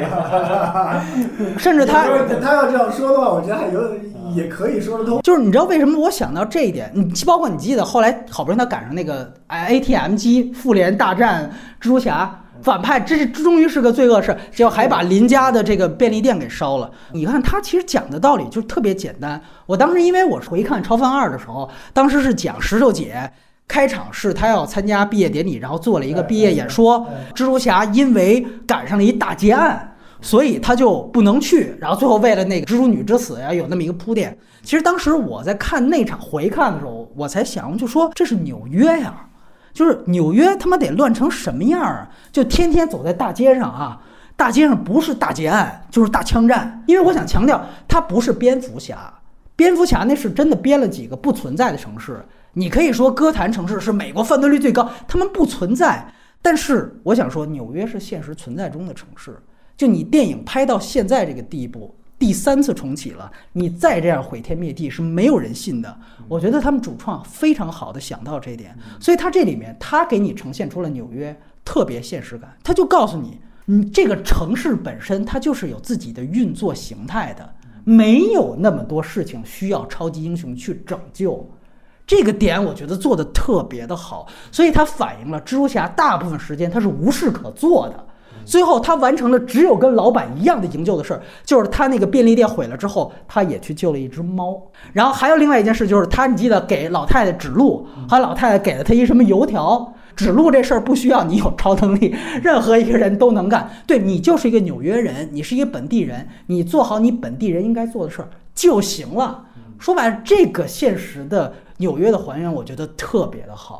甚至他他要这样说的话，我觉得还有也可以说得通。 就是你知道为什么我想到这一点？你包括你记得后来好不容易他赶上那个 A T M 机复联大战蜘蛛侠。反派这是终于是个罪恶事，结果还把邻家的这个便利店给烧了。你看他其实讲的道理就特别简单。我当时因为我回看《超凡二》的时候，当时是讲石头姐开场是她要参加毕业典礼，然后做了一个毕业演说。蜘蛛侠因为赶上了一大劫案，所以他就不能去，然后最后为了那个蜘蛛女之死呀，有那么一个铺垫。其实当时我在看那场回看的时候，我才想，就说这是纽约呀。就是纽约他妈得乱成什么样啊！就天天走在大街上啊，大街上不是大劫案就是大枪战。因为我想强调，它不是蝙蝠侠，蝙蝠侠那是真的编了几个不存在的城市。你可以说哥谭城市是美国犯罪率最高，他们不存在。但是我想说，纽约是现实存在中的城市。就你电影拍到现在这个地步，第三次重启了，你再这样毁天灭地是没有人信的。我觉得他们主创非常好的想到这一点，所以他这里面他给你呈现出了纽约特别现实感，他就告诉你，你这个城市本身它就是有自己的运作形态的，没有那么多事情需要超级英雄去拯救。这个点我觉得做的特别的好，所以它反映了蜘蛛侠大部分时间他是无事可做的。最后他完成了只有跟老板一样的营救的事儿，就是他那个便利店毁了之后，他也去救了一只猫。然后还有另外一件事，就是他你记得给老太太指路，还有老太太给了他一什么油条。指路这事儿不需要你有超能力，任何一个人都能干。对，你就是一个纽约人，你是一个本地人，你做好你本地人应该做的事儿就行了。说白了，这个现实的纽约的还原，我觉得特别的好。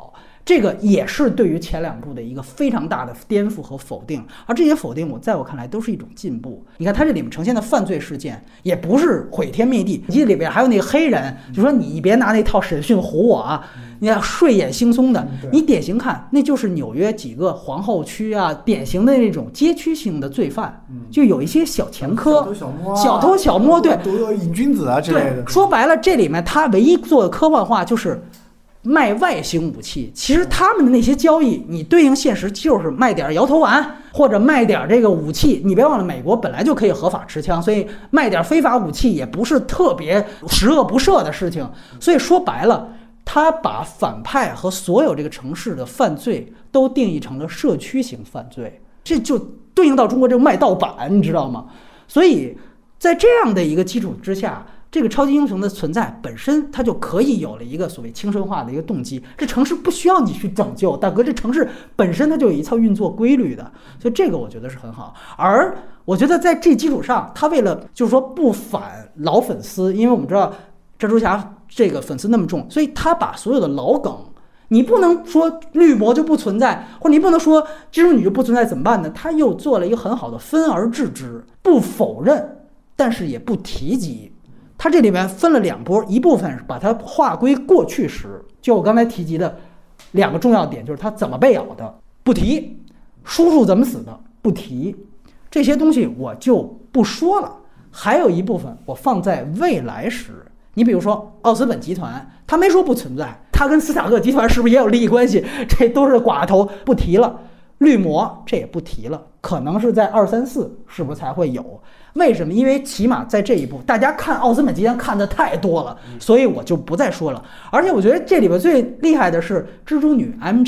这个也是对于前两部的一个非常大的颠覆和否定，而这些否定我在我看来都是一种进步。你看它这里面呈现的犯罪事件也不是毁天灭地，你记得里边还有那个黑人就说你别拿那套审讯唬我啊，你要睡眼惺忪的，你典型看那就是纽约几个皇后区啊典型的那种街区性的罪犯，就有一些小前科，小偷小摸，对， 都有瘾君子啊之类的。 说白了这里面他唯一做的科幻化就是卖外星武器，其实他们的那些交易，你对应现实就是卖点摇头丸或者卖点这个武器。你别忘了，美国本来就可以合法持枪，所以卖点非法武器也不是特别十恶不赦的事情。所以说白了，他把反派和所有这个城市的犯罪都定义成了社区型犯罪，这就对应到中国这个卖盗版，你知道吗？所以在这样的一个基础之下，这个超级英雄的存在本身，它就可以有了一个所谓轻生化的一个动机。这城市不需要你去拯救，大哥，这城市本身它就有一套运作规律的，所以这个我觉得是很好。而我觉得在这基础上，他为了就是说不反老粉丝，因为我们知道蜘蛛侠这个粉丝那么重，所以他把所有的老梗，你不能说绿魔就不存在，或者你不能说蜘蛛女就不存在，怎么办呢？他又做了一个很好的分而治之，不否认，但是也不提及。它这里面分了两波，一部分是把它划归过去时，就我刚才提及的两个重要点，就是它怎么被咬的不提，叔叔怎么死的不提，这些东西我就不说了。还有一部分我放在未来时，你比如说奥斯本集团，他没说不存在，他跟斯塔克集团是不是也有利益关系？这都是寡头，不提了。绿魔这也不提了，可能是在二三四是不是才会有？为什么？因为起码在这一步，大家看奥斯本集团看的太多了，所以我就不再说了。而且我觉得这里边最厉害的是蜘蛛女 M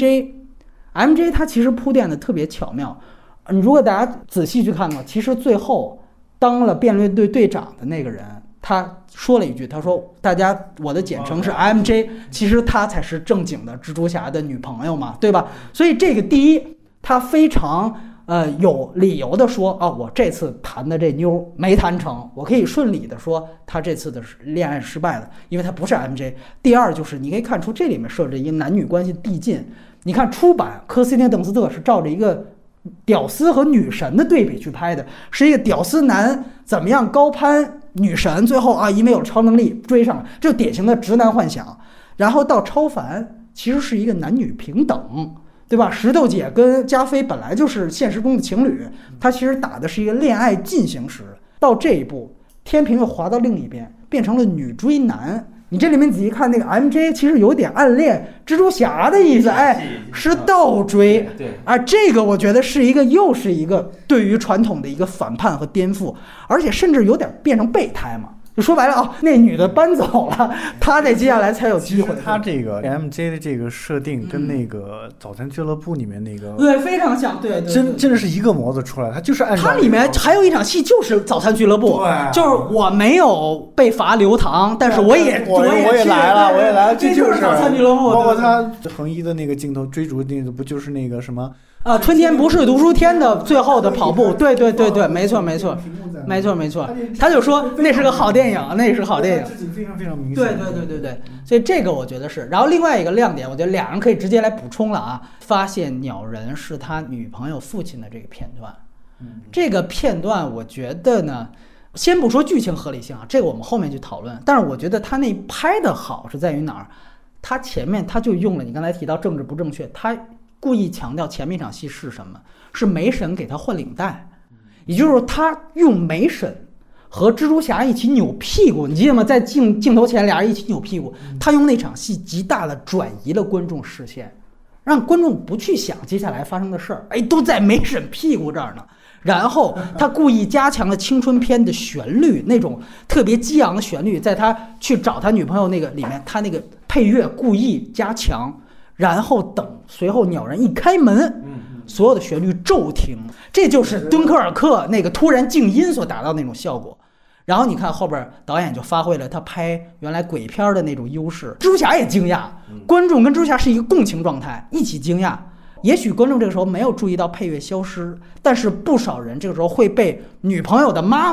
J，M J 它其实铺垫的特别巧妙。你如果大家仔细去看的话，其实最后当了辩论队队长的那个人，他说了一句，他说大家我的简称是 M J， 其实他才是正经的蜘蛛侠的女朋友嘛，对吧？所以这个第一，他非常呃有理由的说啊，我这次谈的这妞没谈成，我可以顺利的说他这次的恋爱失败了，因为他不是 M J。第二就是你可以看出这里面设置一个男女关系递进，你看出版科斯汀·邓斯特是照着一个屌丝和女神的对比去拍的，是一个屌丝男怎么样高攀女神，最后啊因为有超能力追上了，这就典型的直男幻想。然后到超凡其实是一个男女平等，对吧？石头姐跟加菲本来就是现实中的情侣，他其实打的是一个恋爱进行时。到这一步，天平又滑到另一边，变成了女追男。你这里面仔细看那个 M J， 其实有点暗恋蜘蛛侠的意思，哎，是倒追。 对啊，这个我觉得是一个又是一个对于传统的一个反叛和颠覆，而且甚至有点变成备胎嘛。就说白了啊，那女的搬走了，他得接下来才有机会。 他这个 M J 的这个设定跟那个早餐俱乐部里面那个、 嗯、对非常像，对， 对， 对， 真真的是一个模子出来，他就是按照它里面还有一场戏就是早餐俱乐部，就是我没有被罚留堂，但是我也我也我也来了，我也来了，这就是早餐俱乐部。 包括他横一的那个镜头追逐那个不就是那个什么？ 啊，春天不是读书天的最后的跑步，对对对对，没错没错，没错没错，他就说那是个好电影，那是个好电影， 非常非常明显。 对对对对对，所以这个我觉得是。然后另外一个亮点，我觉得俩人可以直接来补充了啊，发现鸟人是他女朋友父亲的这个片段，这个片段我觉得呢，先不说剧情合理性啊，这个我们后面去讨论，但是我觉得他那拍的好是在于哪儿？他前面他就用了你刚才提到政治不正确，他故意强调前面一场戏是什么？是梅婶给他换领带，也就是说他用梅婶和蜘蛛侠一起扭屁股，你记得吗？在镜镜头前俩人一起扭屁股，他用那场戏极大的转移了观众视线，让观众不去想接下来发生的事儿，哎，都在梅婶屁股这儿呢。然后他故意加强了青春片的旋律，那种特别激昂的旋律，在他去找他女朋友那个里面，他那个配乐故意加强。然后等随后鸟人一开门，所有的旋律骤停，这就是敦刻尔克那个突然静音所达到那种效果。然后你看后边导演就发挥了他拍原来鬼片的那种优势，蜘蛛侠也惊讶，观众跟蜘蛛侠是一个共情状态，一起惊讶。也许观众这个时候没有注意到配乐消失，但是不少人这个时候会被女朋友的妈妈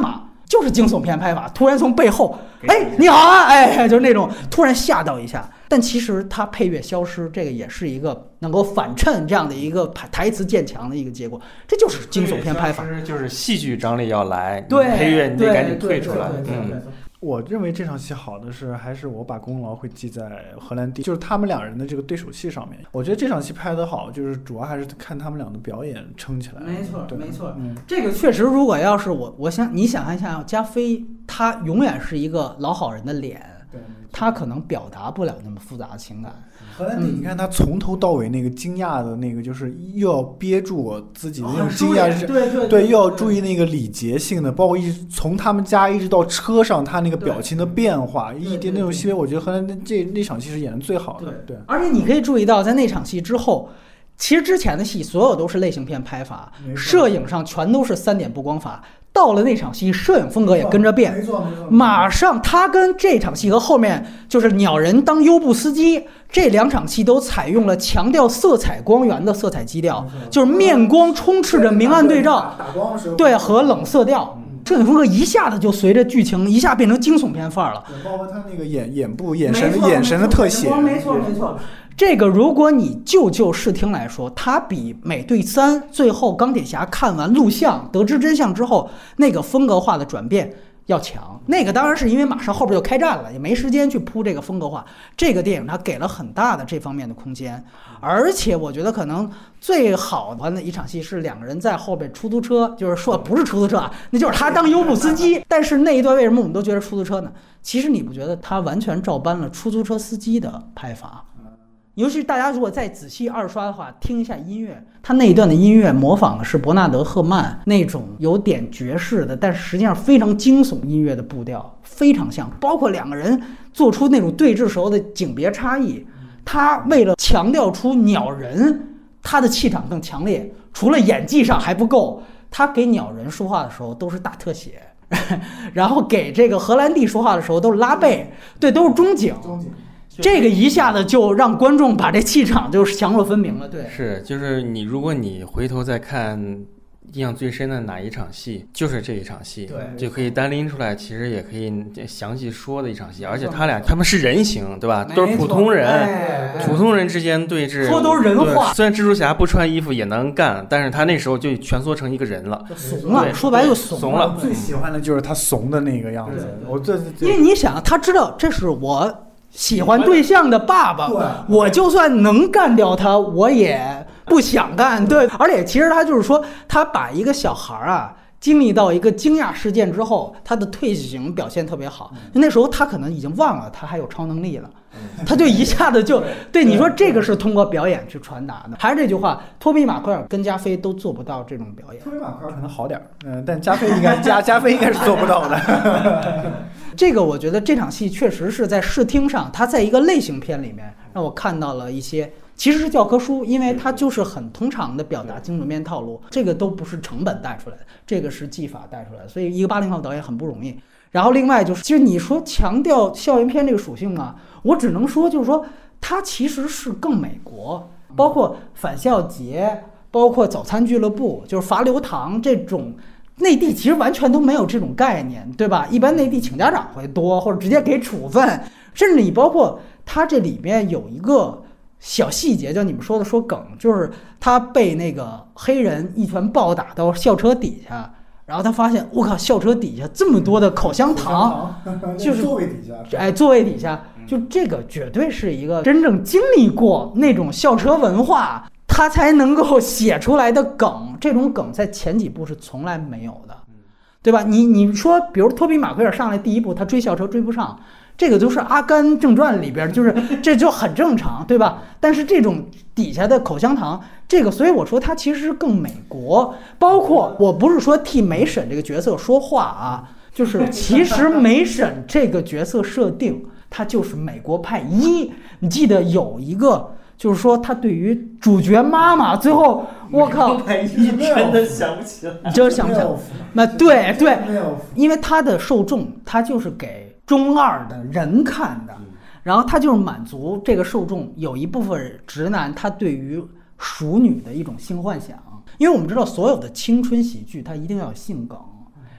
就是惊悚片拍法，突然从背后，哎，你好啊，哎，就是那种突然吓到一下。但其实它配乐消失，这个也是一个能够反衬这样的一个台词渐强的一个结果，这就是惊悚片拍法， 就是戏剧张力要来， 对， 配乐你得赶紧退出来。 嗯，我认为这场戏好的是，还是我把功劳会记在荷兰弟，就是他们两人的这个对手戏上面。我觉得这场戏拍得好，就是主要还是看他们俩的表演撑起来。 没错，没错， 嗯， 这个确实，如果要是我，我想你想象一下，加菲他永远是一个老好人的脸。他可能表达不了那么复杂的情感。 荷兰弟，你看他从头到尾那个惊讶的那个，就是又要憋住我自己的那种惊讶，是、 哦、对对对, 对，又要注意那个礼节性的，包括一直从他们家一直到车上，他那个表情的变化，一点那种细微，我觉得荷兰这那场戏是演的最好的。对，对而且你可以注意到，在那场戏之后。其实之前的戏所有都是类型片拍法，摄影上全都是三点布光法。到了那场戏，摄影风格也跟着变， 没错没错。 马上他跟这场戏和后面就是鸟人当优步司机这两场戏都采用了强调色彩光源的色彩基调，就是面光充斥着明暗对照，对和冷色调。摄影风格一下子就随着剧情一下变成惊悚片范儿了， 包括他那个眼眼部眼神的眼神的特写， 没错没错。这个如果你就就视听来说，它比美队三最后钢铁侠看完录像得知真相之后那个风格化的转变要强。那个当然是因为马上后边就开战了，也没时间去铺这个风格化。这个电影它给了很大的这方面的空间，而且我觉得可能最好玩的一场戏是两个人在后边出租车，就是说不是出租车啊，那就是他当优步司机。但是那一段为什么我们都觉得出租车呢？其实你不觉得他完全照搬了出租车司机的拍法？尤其大家如果再仔细二刷的话，听一下音乐，他那一段的音乐模仿的是伯纳德·赫曼那种有点爵士的，但是实际上非常惊悚音乐的步调，非常像。包括两个人做出那种对峙时候的景别差异，他为了强调出鸟人他的气场更强烈，除了演技上还不够，他给鸟人说话的时候都是大特写，然后给这个荷兰弟说话的时候都是拉背，对，都是中景。这个一下子就让观众把这气场就是强弱分明了。对， 是，就是你如果你回头再看印象最深的哪一场戏，就是这一场戏， 对， 就可以单拎出来，其实也可以详细说的一场戏。而且他俩他们是人形，对吧？都是普通人， 哎、 普通人之间对峙， 说都是人话。 虽然蜘蛛侠不穿衣服也能干，但是他那时候就蜷缩成一个人了， 就怂了。说白就怂了。 怂了。 我最喜欢的就是他怂的那个样子。我这因为你想，他知道这是我喜欢对象的爸爸，我就算能干掉他，我也不想干。对，而且其实他就是说，他把一个小孩啊经历到一个惊讶事件之后，他的退行表现特别好。那时候他可能已经忘了他还有超能力了，他就一下子就对你说这个是通过表演去传达的。还是这句话，托比马奎尔跟加菲都做不到这种表演。 托比马奎尔可能好点，嗯，但加菲应该加加菲应该是做不到的。 这个我觉得这场戏确实是在视听上，它在一个类型片里面让我看到了一些其实是教科书，因为它就是很通常的表达精准面套路，这个都不是成本带出来的，这个是技法带出来的，所以一个八零后导演很不容易。然后另外就是，其实你说强调校园片这个属性嘛，我只能说就是说它其实是更美国，包括返校节，包括早餐俱乐部，就是罚留堂这种。内地其实完全都没有这种概念，对吧？一般内地请家长会多，或者直接给处分，甚至你包括他这里面有一个小细节，就你们说的说梗，就是他被那个黑人一拳暴打到校车底下，然后他发现我靠，校车底下这么多的口香糖，就是座位底下， 哎，座位底下，就这个绝对是一个真正经历过那种校车文化。他才能够写出来的梗，这种梗在前几部是从来没有的，对吧？你你说，比如托比马奎尔上来第一部，他追校车追不上，这个就是《阿甘正传》里边，就是这就很正常，对吧？但是这种底下的口香糖，这个，所以我说它其实更美国。包括我不是说替梅婶这个角色说话啊，就是其实梅婶这个角色设定，它就是美国派一。你记得有一个。就是说，他对于主角妈妈，最后我靠， 真的想不起来， 你真想不起来。那对对，因为他的受众，他就是给中二的人看的，然后他就是满足这个受众有一部分直男，他对于熟女的一种性幻想。因为我们知道，所有的青春喜剧它一定要有性梗，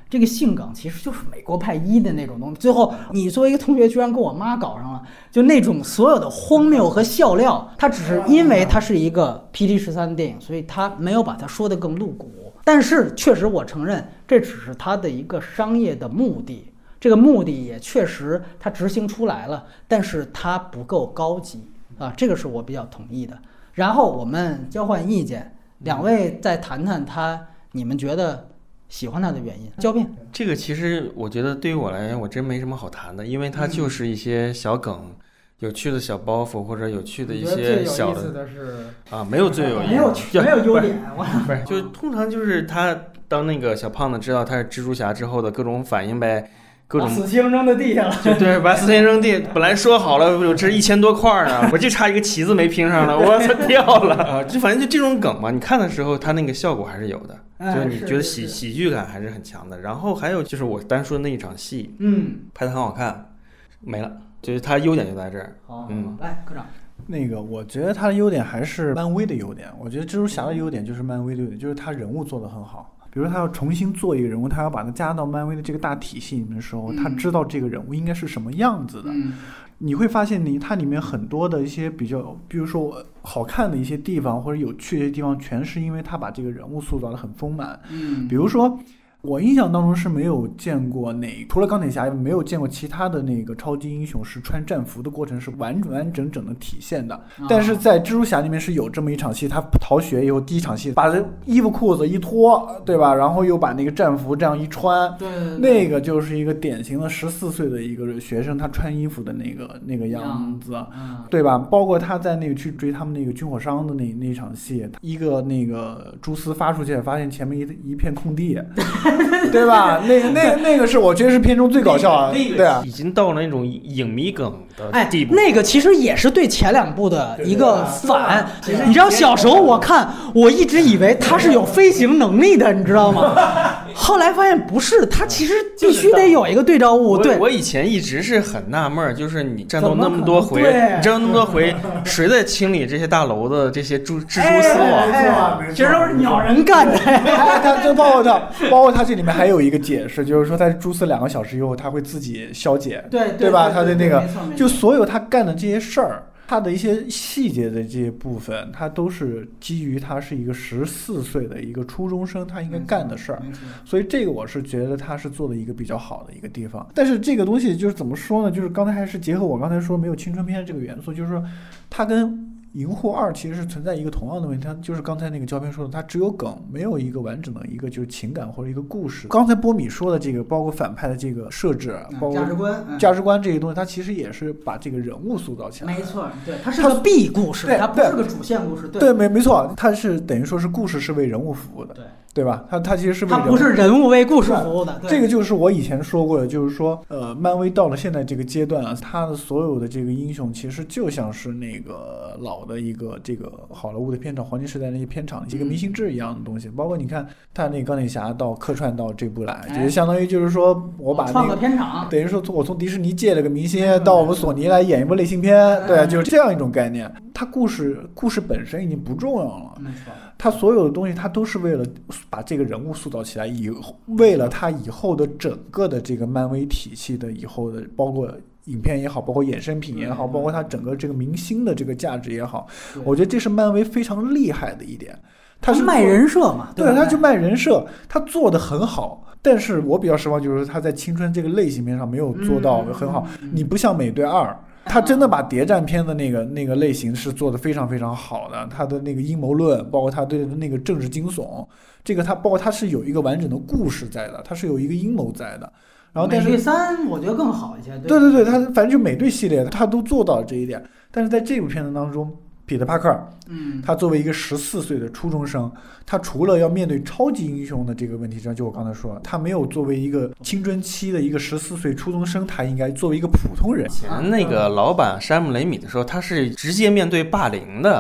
这个性梗其实就是美国派一的那种东西。最后你作为一个同学居然跟我妈搞上了，就那种所有的荒谬和笑料，它只是因为它是一个 P G 十三 的电影，所以它没有把它说得更露骨。但是确实我承认这只是它的一个商业的目的，这个目的也确实它执行出来了，但是它不够高级啊，这个是我比较同意的。然后我们交换意见，两位再谈谈他你们觉得喜欢他的原因。交辩， 这个其实我觉得对于我来讲，我真没什么好谈的，因为它就是一些小梗。嗯，有趣的小包袱或者有趣的一些小的， 的是啊，没有最有意思， 没有没有优点， 不是，就通常就是他当那个小胖子知道他是蜘蛛侠之后的各种反应呗，各种把死星扔到地下了， 就对，把死星扔地，本来说好了我这一千多块呢，我就差一个旗子没拼上了，我操掉了啊！就反正就这种梗嘛，你看的时候他那个效果还是有的，就是你觉得喜喜剧感还是很强的。然后还有就是我单说的那一场戏， 嗯， 拍得很好看，没了。就是它优点就在这儿。 好， 嗯， 来科长。 那个，我觉得它的优点还是漫威的优点。我觉得蜘蛛侠的优点就是漫威的优点，就是他人物做得很好。比如他要重新做一个人物，他要把它加到漫威的这个大体系里面的时候，他知道这个人物应该是什么样子的。 嗯， 你会发现你它里面很多的一些比较，比如说好看的一些地方或者有趣的一些地方，全是因为他把这个人物塑造得很丰满。 嗯， 比如说。我印象当中是没有见过哪，除了钢铁侠，没有见过其他的那个超级英雄是穿战服的过程是完完整整的体现的。 哦、 但是在蜘蛛侠里面是有这么一场戏，他逃学以后第一场戏，把衣服裤子一脱，对吧？然后又把那个战服这样一穿， 对对对， 那个就是一个典型的十四岁的一个学生他穿衣服的那个那个样子， 嗯、 对吧？包括他在那个去追他们那个军火商的那那场戏，一个那个蛛丝发出去，发现前面一一片空地。对吧？那个、那、那个是我觉得是片中最搞笑啊！ 那个、 对啊， 已经到了那种影迷梗的地步。 哎，那个其实也是对前两部的一个反。你知道，小时候我看，我一直以为他是有飞行能力的，你知道吗？后来发现不是，他其实必须得有一个对照物。对， 我, 我以前一直是很纳闷，就是你战斗那么多回，你战斗那么多回，谁在清理这些大楼的这些蜘蜘蛛丝网？ 哎哎、其实都是鸟人干的。 他就包括他，包括他这里面还有一个解释，就是说他蛛丝两个小时以后，他会自己消解， 对对吧？他的那个，就所有他干的这些事儿。他的一些细节的这些部分，他都是基于他是一个十四岁的一个初中生，他应该干的事儿，所以这个我是觉得他是做的一个比较好的一个地方。但是这个东西就是怎么说呢？就是刚才还是结合我刚才说没有青春片这个元素，就是说他跟银护二其实是存在一个同样的问题，它就是刚才那个胶片说的，它只有梗，没有一个完整的一个就是情感或者一个故事。刚才波米说的这个，包括反派的这个设置，包括价值观、 嗯、价值观这些东西，它其实也是把这个人物塑造起来。 没错，对，它是个 B 故事，它不是个主线故事。对， 对，没没错，它是等于说是故事是为人物服务的。 对。 对吧？它它其实是为它不是人物为故事服务的。 这个就是我以前说过的，就是说，呃，漫威到了现在这个阶段啊，它的所有的这个英雄其实就像是那个老的一个这个好莱坞的片场、黄金时代那些片场一个明星志一样的东西。包括你看，他那个钢铁侠到客串到这部来，就是相当于就是说我把那个片场， 等于说我从迪士尼借了个明星到我们索尼来演一部类型片，对，就是这样一种概念。它故事故事本身已经不重要了。 没错。 他所有的东西，他都是为了把这个人物塑造起来，以为了他以后的整个的这个漫威体系的以后的，包括影片也好，包括衍生品也好，包括他整个这个明星的这个价值也好，我觉得这是漫威非常厉害的一点。他是卖人设嘛， 对，他就卖人设，他做得很好。但是我比较失望，就是他在青春这个类型片上没有做到很好。嗯、你不像美队二。他真的把谍战片的那个那个类型是做得非常非常好的，他的那个阴谋论，包括他对那个政治惊悚，这个他包括他是有一个完整的故事在的，他是有一个阴谋在的。然后但是美队三我觉得更好一些。 对对对，他反正就美队系列他都做到了这一点。但是在这部片子当中，彼得·帕克尔， 嗯， 他作为一个十四岁的初中生，他除了要面对超级英雄的这个问题之外，就我刚才说，他没有作为一个青春期的一个十四岁初中生，他应该作为一个普通人。 前那个老板山姆雷米的时候，他是直接面对霸凌的。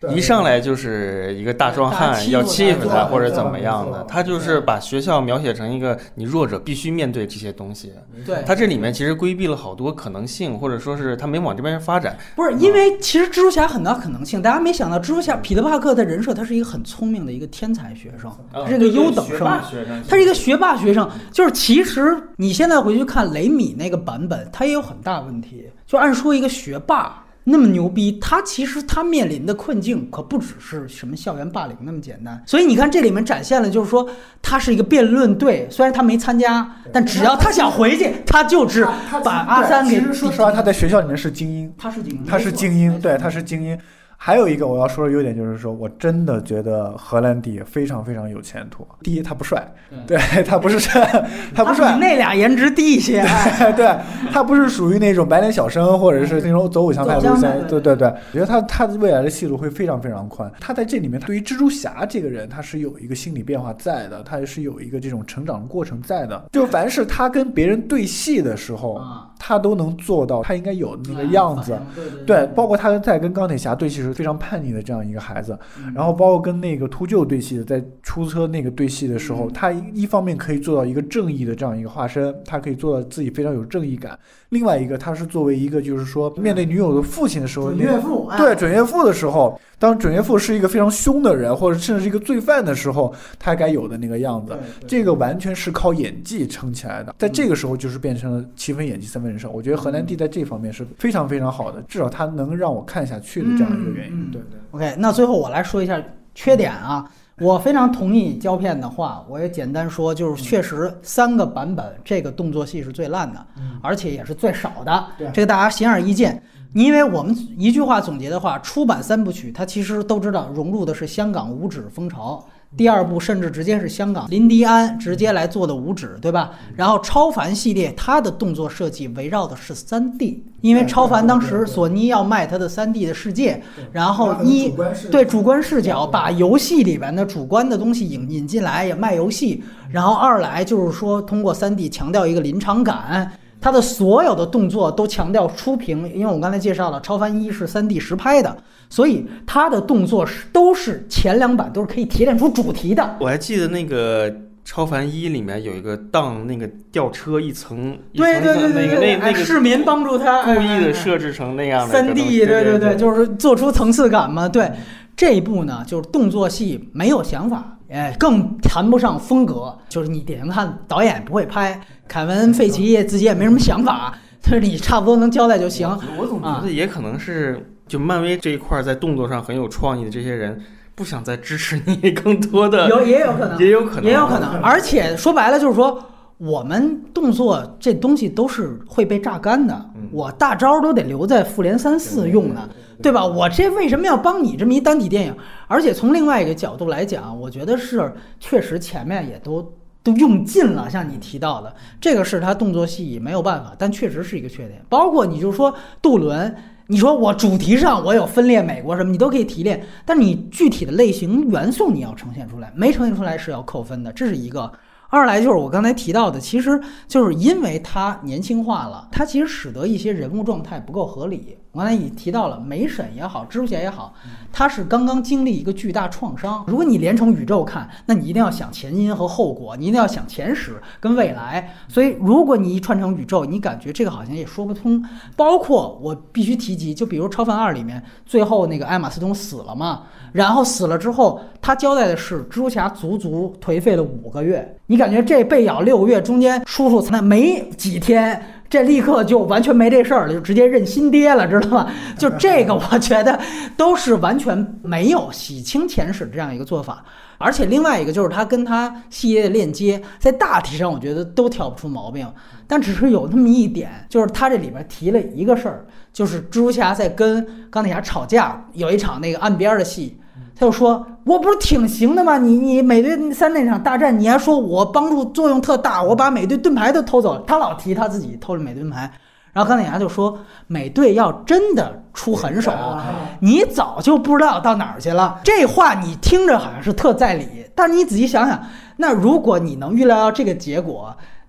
一上来就是一个大壮汉要欺负他或者怎么样的，他就是把学校描写成一个你弱者必须面对这些东西。 对， 他这里面其实规避了好多可能性，或者说是他没往这边发展。 不是因为其实蜘蛛侠很大可能性，大家没想到蜘蛛侠彼得帕克的人设，他是一个很聪明的一个天才学生，他是一个优等生，他是一个学霸学生。就是其实你现在回去看雷米那个版本，他也有很大问题。就按说一个学霸那么牛逼，他其实他面临的困境可不只是什么校园霸凌那么简单。所以你看这里面展现了，就是说他是一个辩论队，虽然他没参加，但只要他想回去，他就是把阿三给。 其实说实话，他在学校里面是精英， 他是精英， 他是精英，对，他是精英。还有一个我要说的优点就是说，我真的觉得荷兰弟非常非常有前途。第一，他不帅，对他不是他不帅， 他比那俩颜值低一些。 对，对他不是属于那种白脸小生，或者是那种走偶像派路线。对对对，我觉得他他未来的戏路会非常非常宽。他在这里面，他对于蜘蛛侠这个人，他是有一个心理变化在的，他是有一个这种成长过程在的。就凡是他跟别人对戏的时候，他都能做到他应该有的那个样子。对，包括他在跟钢铁侠对戏时非常叛逆的这样一个孩子，然后包括跟那个秃鹫对戏的，在出租车那个对戏的时候，他一方面可以做到一个正义的这样一个化身，他可以做到自己非常有正义感；另外一个，他是作为一个就是说面对女友的父亲的时候， 准岳父， 对准岳父的时候，当准岳父是一个非常凶的人，或者甚至是一个罪犯的时候，他该有的那个样子，这个完全是靠演技撑起来的。在这个时候，就是变成了七分演技三分人设。我觉得荷兰弟在这方面是非常非常好的，至少他能让我看下去的这样一个原因。 嗯嗯、对对。OK， 那最后我来说一下缺点啊。我非常同意胶片的话，我也简单说，就是确实三个版本这个动作戏是最烂的，而且也是最少的，这个大家显而易见。因为我们一句话总结的话，出版三部曲它其实都知道融入的是香港五指风潮，第二部甚至直接是香港林迪安直接来做的五指，对吧？然后超凡系列它的动作设计围绕的是 三 D， 因为超凡当时索尼要卖它的 三 D 的世界，然后一对主观视角把游戏里边的主观的东西引引进来也卖游戏，然后二来就是说通过 三 D 强调一个临场感。它的所有的动作都强调出屏，因为我刚才介绍了超凡一是 三 D 实拍的，所以它的动作是都是前两版都是可以提炼出主题的。 我还记得那个超凡一里面有一个荡那个吊车一层一层对对对对对， 那个市民帮助他故意的设置成那样的三 D， 对对对，就是做出层次感嘛。对，这一部呢就是动作戏没有想法，哎，更谈不上风格，就是你点上看导演不会拍，凯文·费奇自己也没什么想法，就是你差不多能交代就行。 我总觉得也可能是就漫威这一块在动作上很有创意的这些人不想再支持你更多的， 有也有可能， 也有可能， 也有可能。而且说白了就是说，我们动作这东西都是会被榨干的，我大招都得留在复联三四用的。对吧？我这为什么要帮你这么一单体电影？而且从另外一个角度来讲，我觉得是确实前面也都都用尽了，像你提到的，这个是他动作戏没有办法，但确实是一个缺点。包括你就说杜伦，你说我主题上我有分裂美国什么，你都可以提炼，但你具体的类型元素你要呈现出来，没呈现出来是要扣分的，这是一个。二来就是我刚才提到的，其实就是因为它年轻化了，它其实使得一些人物状态不够合理。我刚才已提到了，梅婶也好，蜘蛛侠也好，它是刚刚经历一个巨大创伤。如果你连成宇宙看，那你一定要想前因和后果，你一定要想前史跟未来。所以如果你一串成宇宙，你感觉这个好像也说不通。包括我必须提及，就比如超凡二里面最后那个艾玛斯通死了嘛，然后死了之后，他交代的是蜘蛛侠足足颓废了五个月。你感觉这被咬六个月中间叔叔那没几天，这立刻就完全没这事儿了，就直接认新爹了，知道吗？就这个我觉得都是完全没有洗清前史这样一个做法。而且另外一个就是他跟他系列的链接，在大体上我觉得都挑不出毛病，但只是有那么一点，就是他这里边提了一个事儿，就是蜘蛛侠在跟钢铁侠吵架，有一场那个岸边的戏，他就说我不是挺行的吗？你你美队三那场大战，你还说我帮助作用特大，我把美队盾牌都偷走了。他老提他自己偷了美队盾牌，然后钢铁侠就说美队要真的出狠手，你早就不知道到哪儿去了。这话你听着好像是特在理，但是你仔细想想，那如果你能预料到这个结果，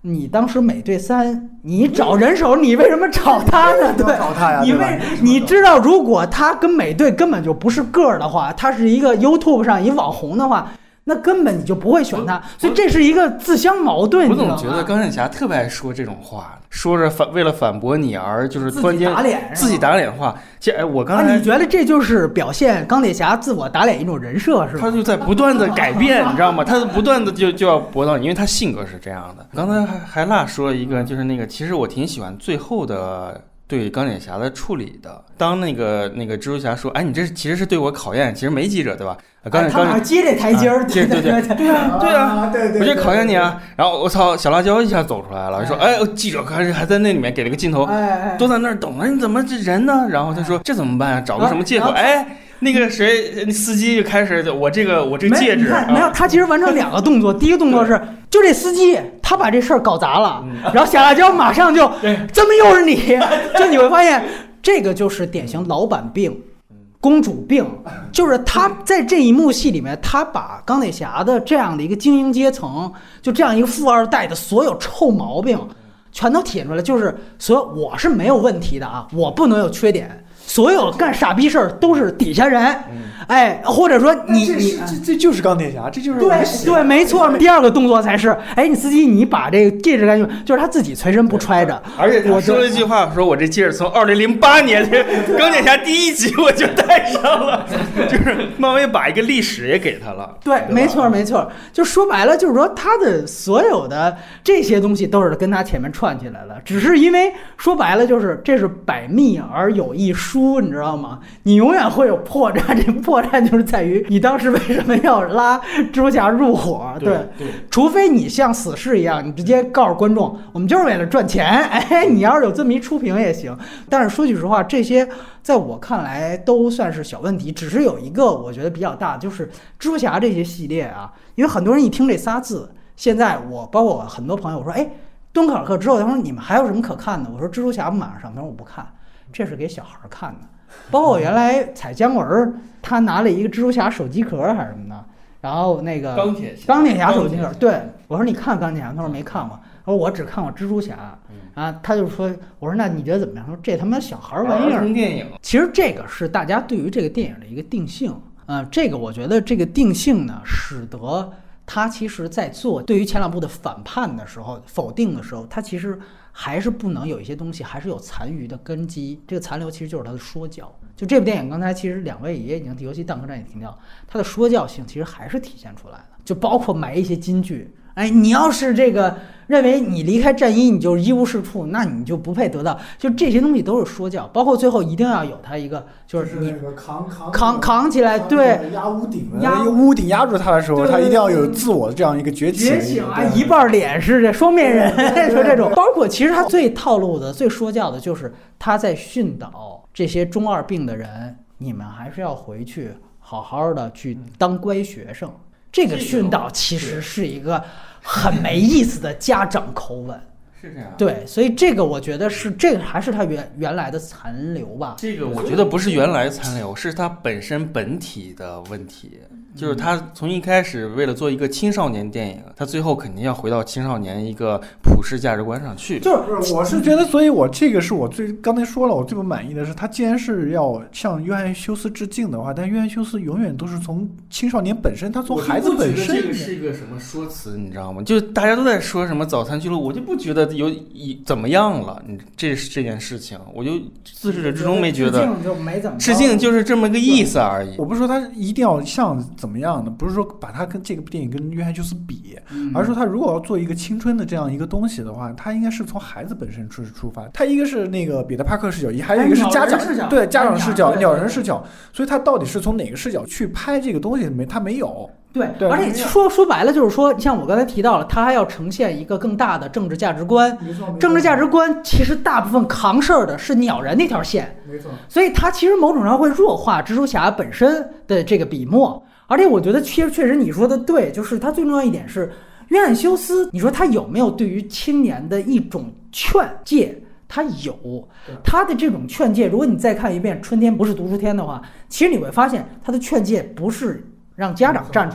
你当时美队三，你找人手，你为什么找他呢？对， 找他呀， 你为你知道，如果他跟美队根本就不是个儿的话，他是一个 YouTube 上一网红的话，那根本你就不会选他，所以这是一个自相矛盾。 我总觉得钢铁侠特别爱说这种话，说着反为了反驳你而就是突然间自己打脸， 自己打脸的话。其实哎，我刚才、 啊、你觉得这就是表现钢铁侠自我打脸一种人设是吧？ 他就在不断的改变，你知道吗？他不断的就就要驳到你，因为他性格是这样的。刚才还还落说了一个，就是那个，其实我挺喜欢最后的对钢铁侠的处理的。当那个那个蜘蛛侠说：“哎，你这其实是对我考验，其实没记着，对吧？”刚才他马上接这台阶儿， 啊、对对对对啊对啊， 对对， 我就考验你啊。然后我操，小辣椒一下走出来了，说：“哎，记者还是还在那里面给了个镜头， 哎， 都在那儿等着，你怎么这人呢？”然后他说：“这怎么办啊？找个什么借口？”哎。那个谁，司机就开始，我这个我这个戒指， 没, 没有，他其实完成两个动作。第一个动作是，就这司机他把这事儿搞砸了，嗯、然后小辣椒马上就，怎么又是你？就你会发现，这个就是典型老板病、公主病，就是他在这一幕戏里面，他把钢铁侠的这样的一个精英阶层，就这样一个富二代的所有臭毛病，全都体现出来。就是所有我是没有问题的啊，我不能有缺点。所有干傻逼事儿都是底下人，嗯、哎，或者说你这你这这就是钢铁侠，这就是对对，没错。第二个动作才是，哎，你司机你把这个戒指干净，就是他自己随身不揣着。 而且我说了一句话，说我这戒指从二零零八年钢铁侠第一集我就戴上了，就是漫威把一个历史也给他了。 对，对没错没错。就说白了，就是说他的所有的这些东西都是跟他前面串起来了，只是因为说白了就是这是百密而有一疏。你知道吗？你永远会有破绽，这破绽就是在于你当时为什么要拉蜘蛛侠入伙？对， 对对， 除非你像死侍一样，你直接告诉观众，我们就是为了赚钱。哎，你要是有这么一出评也行。但是说句实话，这些在我看来都算是小问题，只是有一个我觉得比较大，就是蜘蛛侠这些系列啊，因为很多人一听这仨字，现在我包括我很多朋友我说，哎，敦刻尔克之后，他说你们还有什么可看的？我说蜘蛛侠马上上，他说我不看。这是给小孩看的，包括我原来采姜文，他拿了一个蜘蛛侠手机壳还是什么的，然后那个钢铁侠钢铁侠手机壳，对我说你看钢铁侠，他说没看过，我说我只看过蜘蛛侠，啊，他就说我说那你觉得怎么样？说这他妈小孩玩意儿， 电影。 其实这个是大家对于这个电影的一个定性啊、呃，这个我觉得这个定性呢，使得他其实在做对于前两部的反叛的时候，否定的时候，他其实。还是不能有一些东西还是有残余的根基，这个残留其实就是它的说教。就这部电影刚才其实两位也已经，尤其蛋壳站也提到，它的说教性其实还是体现出来的，就包括埋一些金句。哎，你要是这个认为你离开战衣你就一无是处，那你就不配得到，就这些东西都是说教。包括最后一定要有他一个，就是你扛扛扛扛起来，对， 压屋顶，压屋顶压住他的时候，他一定要有自我的这样一个崛起。 觉醒啊，一半脸是这双面人，说这种。包括其实他最套路的、最说教的，就是他在训导这些中二病的人，你们还是要回去好好的去当乖学生。这个训导其实是一个很没意思的家长口吻， 是这样。 对，所以这个我觉得是这个还是他原原来的残留吧。 这个我觉得不是原来残留，是他本身本体的问题。就是他从一开始为了做一个青少年电影，他最后肯定要回到青少年一个普世价值观上去。 就是我是觉得，所以我这个是我最刚才说了，我最不满意的是，他既然是要向约翰休斯致敬的话，但约翰休斯永远都是从青少年本身，他从孩子本身。 这个是一个什么说辞，你知道吗？就大家都在说什么早餐俱乐部，我就不觉得有一怎么样了。你这是这件事情，我就自始至终没觉得。 致敬就没怎么。 致敬就是这么个意思而已。 我不是说他一定要像。怎么样的？不是说把它跟这个电影跟约翰休斯比， 嗯、 而是说他如果要做一个青春的这样一个东西的话，他应该是从孩子本身出出发。他一个是那个彼得帕克视角，还有一个是家长对家长视角、鸟人视角，所以他到底是从哪个视角去拍这个东西？没，他没有。 对，对而且说说白了就是说，像我刚才提到了，他还要呈现一个更大的政治价值观。政治价值观其实大部分扛事儿的是鸟人那条线， 没错。 所以他其实某种上会弱化蜘蛛侠本身的这个笔墨。而且我觉得确确实你说的对，就是他最重要一点是约翰休斯，你说他有没有对于青年的一种劝诫？他有，他的这种劝诫，如果你再看一遍《春天不是读书天》的话，其实你会发现他的劝诫不是让家长站出来，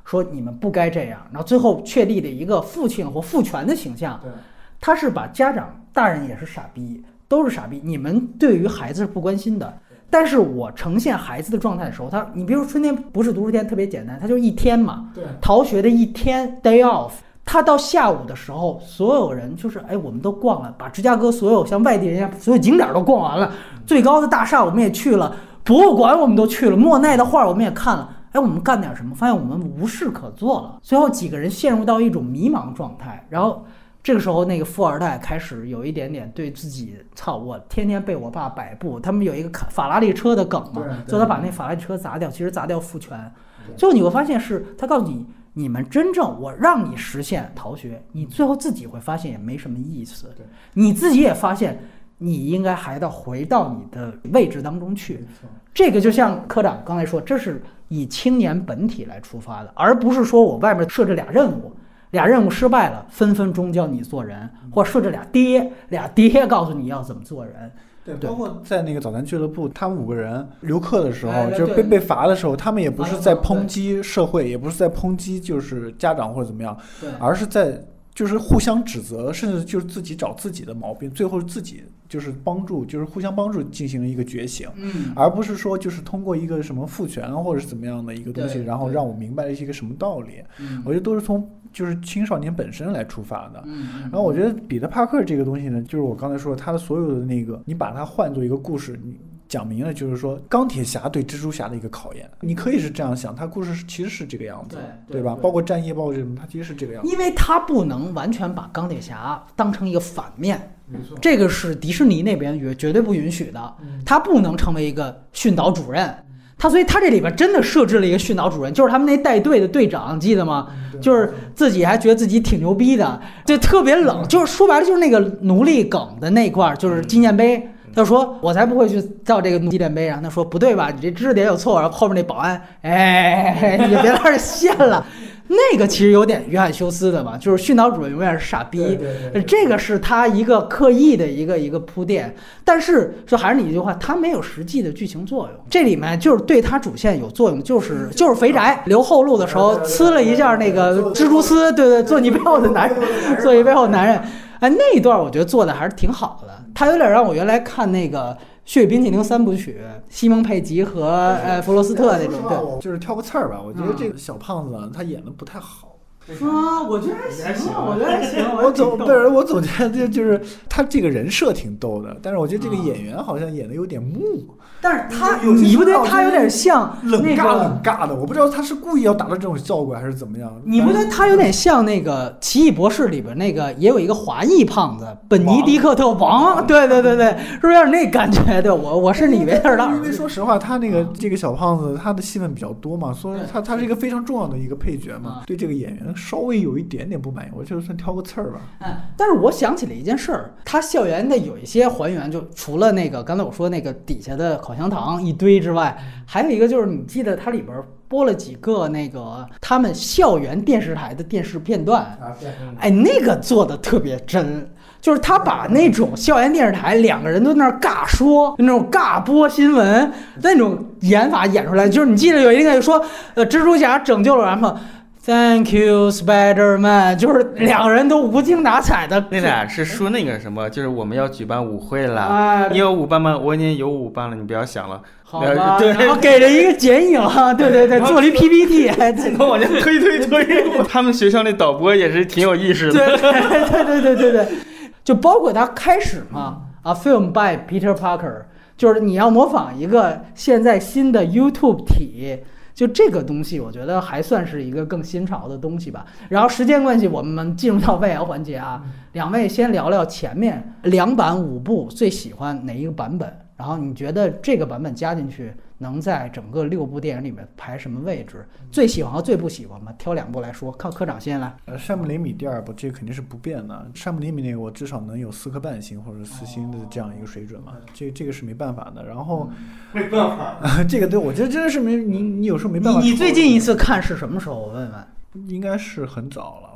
说你们不该这样，然后最后确立的一个父亲或父权的形象，他是把家长大人也是傻逼，都是傻逼，你们对于孩子是不关心的。但是我呈现孩子的状态的时候，他你比如春天不是读书天特别简单，他就一天嘛， 对， 逃学的一天 day off。他到下午的时候，所有人就是哎，我们都逛了，把芝加哥所有像外地人一样所有景点都逛完了，最高的大厦我们也去了，博物馆我们都去了，莫奈的画我们也看了。哎，我们干点什么？发现我们无事可做了。最后几个人陷入到一种迷茫状态，然后这个时候那个富二代开始有一点点对自己操，我天天被我爸摆布。他们有一个法拉利车的梗嘛，最后他把那法拉利车砸掉，其实砸掉父权。最后你会发现是他告诉你，你们真正我让你实现逃学，你最后自己会发现也没什么意思，你自己也发现你应该还得回到你的位置当中去。这个就像科长刚才说，这是以青年本体来出发的，而不是说我外面设置俩任务，俩任务失败了分分钟教你做人，或设置俩爹俩爹告诉你要怎么做人。 对，包括在那个早餐俱乐部，他们五个人留课的时候，哎、就被被罚的时候，他们也不是在抨击社会，也不是在抨击就是家长或者怎么样，而是在就是互相指责，甚至就是自己找自己的毛病，最后自己就是帮助，就是互相帮助进行了一个觉醒， 嗯， 而不是说就是通过一个什么父权或者是怎么样的一个东西，然后让我明白了一个什么道理。我觉得都是从就是青少年本身来出发的。 嗯， 然后我觉得彼得帕克这个东西呢，就是我刚才说他的所有的那个，你把它换作一个故事，你讲明了就是说钢铁侠对蜘蛛侠的一个考验，你可以是这样想，他故事其实是这个样子， 对, 对吧？ 对包括战夜，包括这种，他其实是这个样子， 因为他不能完全把钢铁侠当成一个反面， 没错， 这个是迪士尼那边绝对不允许的，他不能成为一个训导主任。他所以他这里边真的设置了一个训导主任，就是他们那带队的队长，记得吗？就是自己还觉得自己挺牛逼的，就特别冷，就是说白了就是那个奴隶梗的那块，就是纪念碑。他说我才不会去造这个纪念碑，然后他说不对吧，你这知识点有错。然后后面那保安，哎，你别在这陷了。那个其实有点约翰休斯的嘛，就是训导主任永远是傻逼， 对对对对， 这个是他一个刻意的一个一个铺垫。但是说还是你一句话，他没有实际的剧情作用。这里面就是对他主线有作用，就是就是肥宅留后路的时候呲了一下那个蜘蛛丝，对对，做你背后的男人，做你背后的男人。哎，那一段我觉得做的还是挺好的，他有点让我原来看那个血与冰淇淋三部曲，西蒙佩吉和呃弗罗斯特那种，对， 就是挑个刺儿吧。我觉得这个小胖子他演的不太好。 啊，我觉得还行，我觉得还行。 我总对，我总觉得就是他这个人设挺逗的，但是我觉得这个演员好像演的有点木。 但是他，你不觉得他有点像冷那个尬冷尬的？我不知道他是故意要达到这种效果还是怎么样。 你不觉得他有点像那个《奇异博士》里边那个也有一个华裔胖子本尼迪克特王？对对对对，是不是有点那感觉？对，我我是以为他是他。 因为说实话，他那个这个小胖子他的戏份比较多嘛，所以他他是一个非常重要的一个配角嘛。对这个演员稍微有一点点不满意，我就算挑个刺儿吧。 嗯，但是我想起了一件事儿，他校园的有一些还原，就除了那个刚才我说那个底下的口香糖一堆之外，还有一个就是你记得它里边播了几个那个他们校园电视台的电视片段，哎，那个做的特别真。就是他把那种校园电视台两个人都在那儿尬说，那种尬播新闻那种演法演出来，就是你记得有一个说，呃，蜘蛛侠拯救了然后 Thank you, Spider-Man， 就是两个人都无精打采的。 那俩是说那个什么，就是我们要举办舞会了， 啊、 你有舞伴吗？我已经有舞伴了，你不要想了。 好吧，对，然后给了一个剪影，对对对，做了一 P P T， 然后往前推推推。他们学校那导播也是挺有意思的。 对对对对对对，就包括他开始嘛，啊 ，Film by Peter Parker， 就是你要模仿一个现在新的 YouTube 体。就这个东西，我觉得还算是一个更新潮的东西吧。然后时间关系，我们进入到外摇环节啊。两位先聊聊前面两版五部最喜欢哪一个版本？然后你觉得这个版本加进去能在整个六部电影里面排什么位置？最喜欢和最不喜欢吧，挑两部来说。靠科长先来。 呃，山姆雷米第二部这个肯定是不变的。山姆雷米那个我至少能有四颗半星或者四星的这样一个水准嘛，这这个是没办法的。然后没办法， 这个对我觉得真的是没你你有时候没办法。 你你最近一次看是什么时候？我问问。 应该是很早了，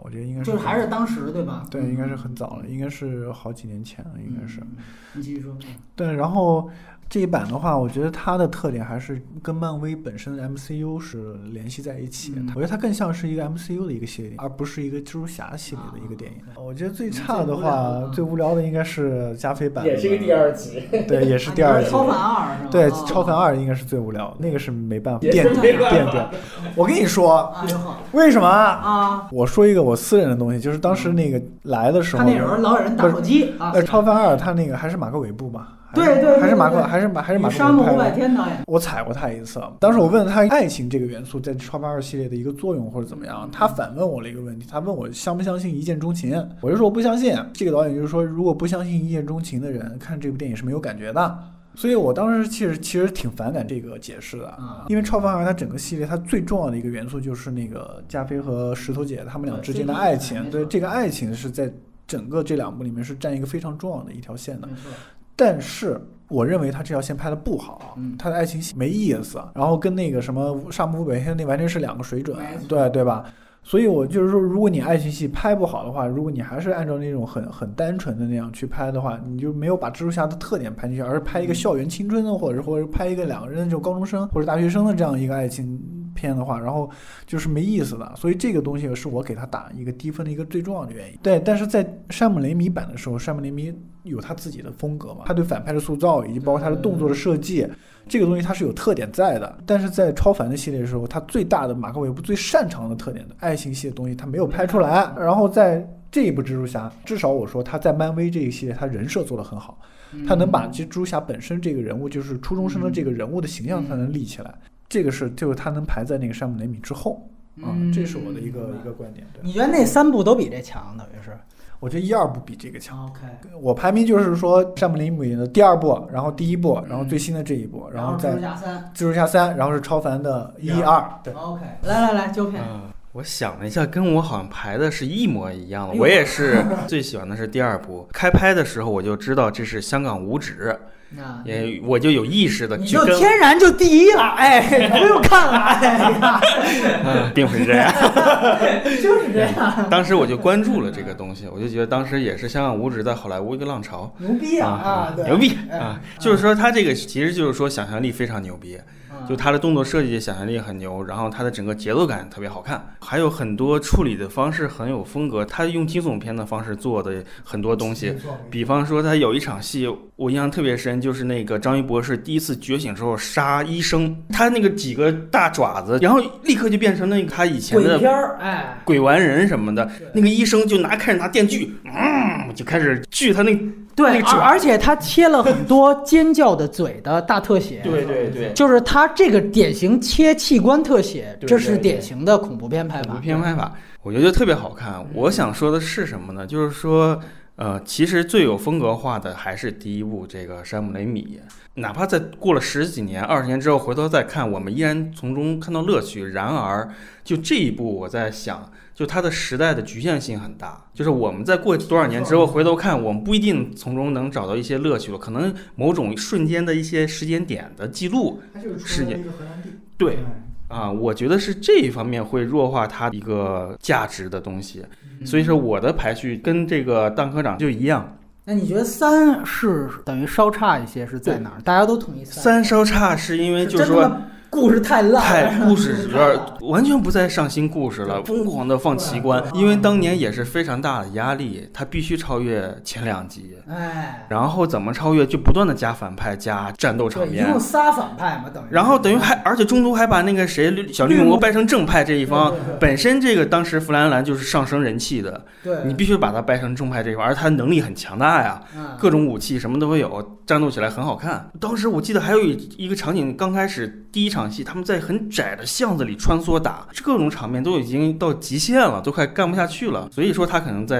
我觉得应该是就是还是当时对吧？ 对，应该是很早了，应该是好几年前了，应该是。 嗯、你继续说。 对，然后这一版的话，我觉得它的特点还是跟漫威本身的 M C U 是联系在一起的。嗯、我觉得它更像是一个 M C U 的一个系列，而不是一个蜘蛛侠系列的一个电影。啊、我觉得最差的话，最无聊的应该是加菲版， 也是个第二集。 对，也是第二集。 超凡二是吧？ 对，超凡二应该是最无聊的，那个是没办法垫垫垫。我跟你说， 啊、 为什么啊？ 我说一个我私人的东西，就是当时那个来的时候， 他那时候老有人打手机啊。 呃，超凡二他那个还是马克·韦布嘛。 对对 对, 对， 还是马克，还是马，还是马克。 沙漠五百天导演， 我踩过他一次。当时我问他爱情这个元素在超凡二系列的一个作用或者怎么样，他反问我了一个问题，他问我相不相信一见钟情，我就说我不相信。这个导演就是说，如果不相信一见钟情的人看这部电影是没有感觉的。所以我当时其实其实挺反感这个解释的，因为超凡二它整个系列它最重要的一个元素就是那个加菲和石头姐他们俩之间的爱情，对，这个爱情是在整个这两部里面是占一个非常重要的一条线的。但是我认为他这条线拍的不好，嗯，他的爱情戏没意思，然后跟那个什么沙漠五百天那完全是两个水准，对对吧？所以我就是说，如果你爱情戏拍不好的话，如果你还是按照那种很很单纯的那样去拍的话，你就没有把蜘蛛侠的特点拍进去，而是拍一个校园青春的，或者或者拍一个两个人这种高中生或者大学生的这样一个爱情片的话，然后就是没意思的。所以这个东西是我给他打一个低分的一个最重要的原因。对，但是在山姆雷米版的时候，山姆雷米有他自己的风格嘛，他对反派的塑造以及包括他的动作的设计，这个东西它是有特点在的。但是在超凡的系列的时候，他最大的马克韦布最擅长的特点的爱情戏的东西他没有拍出来。然后在这一部蜘蛛侠，至少我说他在漫威这一系列他人设做得很好，他能把蜘蛛侠本身这个人物就是初中生的这个人物的形象他能立起来，这个是就是他能排在那个山姆雷米之后啊、嗯，这是我的一个一个观点。对， 你觉得那三部都比这强，等于是？ 我觉得一二部比这个强。 OK， 我排名就是说山姆雷米的第二部，然后第一部，然后最新的这一部， 嗯、 然后再蜘蛛侠三， 蜘蛛侠三，然后是超凡的一二。对 ，OK， 来来来，胶片。 嗯，我想了一下，跟我好像排的是一模一样的。我也是最喜欢的是第二部，开拍的时候我就知道这是香港五指。也我就有意识的， 你就天然就第一了，哎，不用看了，哎， 嗯，并不是这样， 就是这样。 当时我就关注了这个东西，我就觉得当时也是香港五指在好莱坞一个浪潮， 牛逼啊啊， 牛逼啊！就是说他这个其实就是说想象力非常牛逼。就他的动作设计想象力很牛，然后他的整个节奏感特别好看，还有很多处理的方式很有风格。他用惊悚片的方式做的很多东西，比方说他有一场戏我印象特别深，就是那个章鱼博士第一次觉醒之后杀医生，他那个几个大爪子，然后立刻就变成那个他以前的鬼片儿，哎， 鬼玩人什么的。那个医生就拿开始拿电锯，嗯，就开始锯他那个。 对，而而且他切了很多尖叫的嘴的大特写。 对对对， 就是他这个典型切器官特写，这是典型的恐怖片拍法。 恐怖片拍法，我觉得特别好看。我想说的是什么呢？就是说，呃，其实最有风格化的还是第一部这个山姆雷米。哪怕在过了十几年、二十年之后回头再看，我们依然从中看到乐趣。然而，就这一部，我在想。就它的时代的局限性很大，就是我们在过多少年之后回头看，我们不一定从中能找到一些乐趣了，可能某种瞬间的一些时间点的记录， 时间对啊，我觉得是这一方面会弱化它一个价值的东西，所以说我的排序跟这个蛋科长就一样。 那你觉得三是等于稍差一些是在哪儿？大家都统一三。 三稍差是因为就是说。 故事太烂， 太故事有点完全不再上新故事了，疯狂的放奇观，因为当年也是非常大的压力，他必须超越前两集， 哎， 然后怎么超越就不断的加反派加战斗场面， 一共仨反派嘛，等于， 然后等于还而且中途还把那个谁小绿魔掰成正派这一方，本身这个当时弗兰兰就是上升人气的， 对， 你必须把他掰成正派这一方，而他能力很强大呀，各种武器什么都会有，战斗起来很好看。当时我记得还有一个场景，刚开始第一场戏他们在很窄的巷子里穿梭打，各种场面都已经到极限了，都快干不下去了。所以说他可能在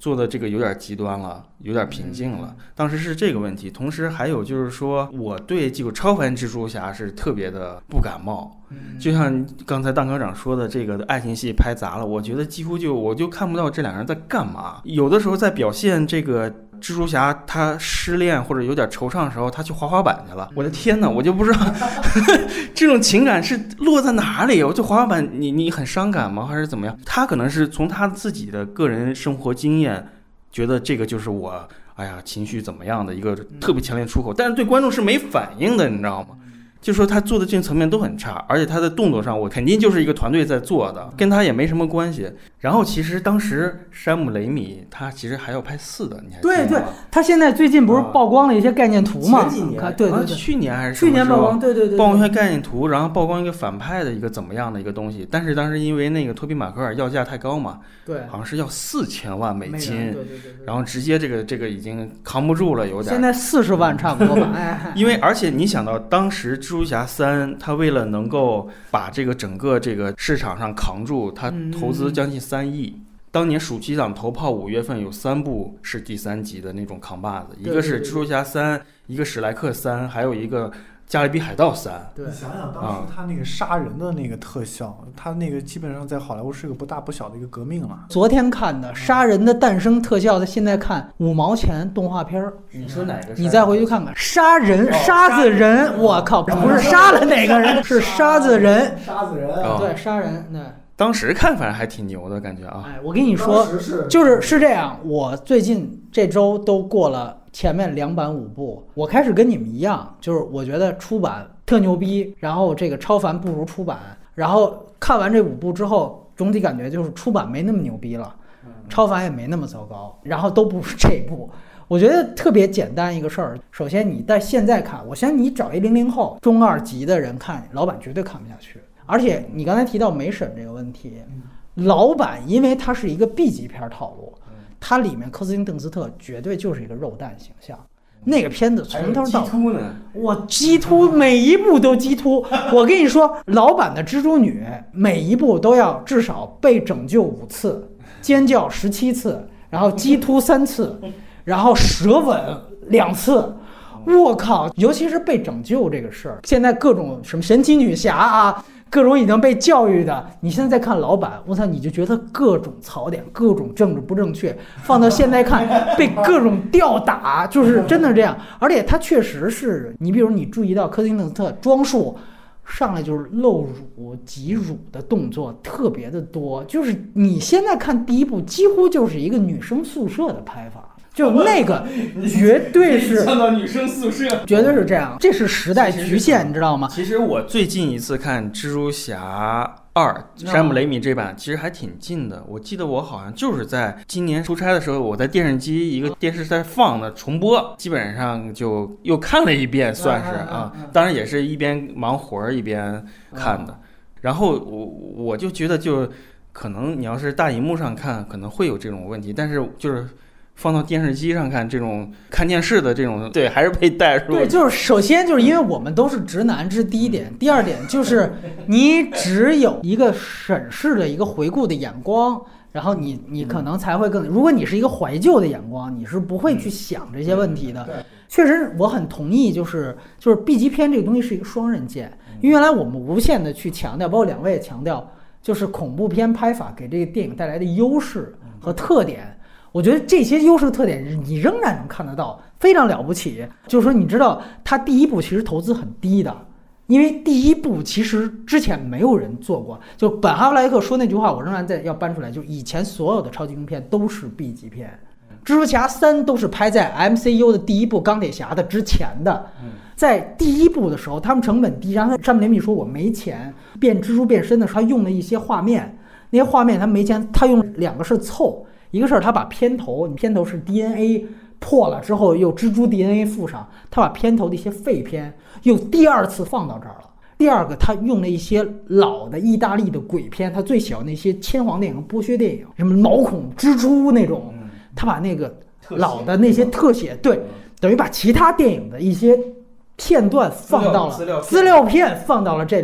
做的这个有点极端了，有点瓶颈了。当时是这个问题，同时还有就是说，我对这个超凡蜘蛛侠是特别的不感冒。就像刚才大科长说的，这个爱情戏拍砸了，我觉得几乎就我就看不到这两人在干嘛。有的时候在表现这个蜘蛛侠他失恋或者有点惆怅的时候，他去滑滑板去了。我的天哪，我就不知道这种情感是落在哪里。我就滑滑板，你你很伤感吗？还是怎么样？他可能是从他自己的个人生活经验，觉得这个就是我，哎呀，情绪怎么样的一个特别强烈出口，但是对观众是没反应的，你知道吗？就说他做的这个层面都很差，而且他的动作上，我肯定就是一个团队在做的，跟他也没什么关系。然后其实当时山姆雷米他其实还要拍四的，你还记得吗？ 对对，他现在最近不是曝光了一些概念图吗？ 前几年， 对对对， 去年还是去年曝光，对对 对, 对， 曝光一些概念图，然后曝光一个反派的一个怎么样的一个东西。但是当时因为那个托比马奎尔要价太高嘛， 对， 好像是要四千万美金， 对对对对， 然后直接这个这个已经扛不住了，有点。 现在四十万差不多吧，哎， 因为而且你想到当时蜘蛛侠三。他为了能够把这个整个这个市场上扛住，他投资将近三亿。嗯、当年暑期档头炮五月份有三部是第三集的那种扛把子，一个是蜘蛛侠三，一个史莱克三，还有一个加勒比海盗三。 对，你想想当时他那个杀人的那个特效，嗯、他那个基本上在好莱坞是个不大不小的一个革命了。 昨天看的《杀人的诞生》特效，现在看五毛钱动画片儿。 你说哪个？ 你再回去看看，杀人，哦、杀子人，我靠，不是杀了哪个人，是杀子人， 杀子人， 哦、 对，杀人，对。 当时看反正还挺牛的感觉啊！ 哎，我跟你说，就是是这样，我最近这周都过了前面两版五部，我开始跟你们一样，就是我觉得出版特牛逼，然后这个超凡不如出版，然后看完这五部之后，总体感觉就是出版没那么牛逼了，超凡也没那么糟糕，然后都不如这部。我觉得特别简单一个事儿，首先你在现在看，我相信你找一零零后中二级的人看，老板绝对看不下去。而且你刚才提到没审这个问题，老版因为它是一个 B 级片套路，它里面科斯汀邓斯特绝对就是一个肉蛋形象。那个片子从头到尾， 我激突，每一部都激突。我跟你说，老版的蜘蛛女每一部都要至少被拯救五次，尖叫十七次，然后激突三次，然后舌吻两次。我靠！尤其是被拯救这个事儿，现在各种什么神奇女侠啊，各种已经被教育的，你现在再看老版，我操，你就觉得各种槽点、各种政治不正确，放到现在看被各种吊打，就是真的这样。而且它确实是你，比如你注意到科斯汀邓斯特装束上来就是露乳、挤乳的动作特别的多，就是你现在看第一部几乎就是一个女生宿舍的拍法。就那个绝对是上到女生宿舍， 绝对是这样，这是时代局限，你知道吗？ 其实我最近一次看蜘蛛侠二，山姆雷米这版其实还挺近的。我记得我好像就是在今年出差的时候，我在电视机一个电视在放的重播，基本上就又看了一遍，算是啊，当然也是一边忙活一边看的。然后我我就觉得，就可能你要是大荧幕上看，可能会有这种问题，但是就是放到电视机上看，这种看电视的这种，对，还是被带入。 对，就是首先就是因为我们都是直男，这是第一点。第二点就是你只有一个审视的一个回顾的眼光，然后你你可能才会更。如果你是一个怀旧的眼光，你是不会去想这些问题的。确实，我很同意，就是就是 B 级片这个东西是一个双刃剑，因为原来我们无限的去强调，包括两位也强调，就是恐怖片拍法给这个电影带来的优势和特点。我觉得这些优势特点你仍然能看得到，非常了不起。就是说，你知道他第一部其实投资很低的，因为第一部其实之前没有人做过。就本哈弗莱克说那句话，我仍然在要搬出来，就以前所有的超级英雄片都是 B 级片，蜘蛛侠三都是拍在 M C U 的第一部钢铁侠的之前的。在第一部的时候，他们成本低，然后山姆雷米说我没钱，变蜘蛛变身的时候，他用了一些画面，那些画面他没钱，他用两个是凑。一个是他把片头，你片头是 D N A 破了之后又蜘蛛 D N A 附上，他把片头的一些废片又第二次放到这儿了。第二个，他用了一些老的意大利的鬼片，他最喜欢那些千皇电影、剥削电影，什么毛孔蜘蛛那种，他把那个老的那些特写，对，等于把其他电影的一些片段放到了资料片放到了这里面。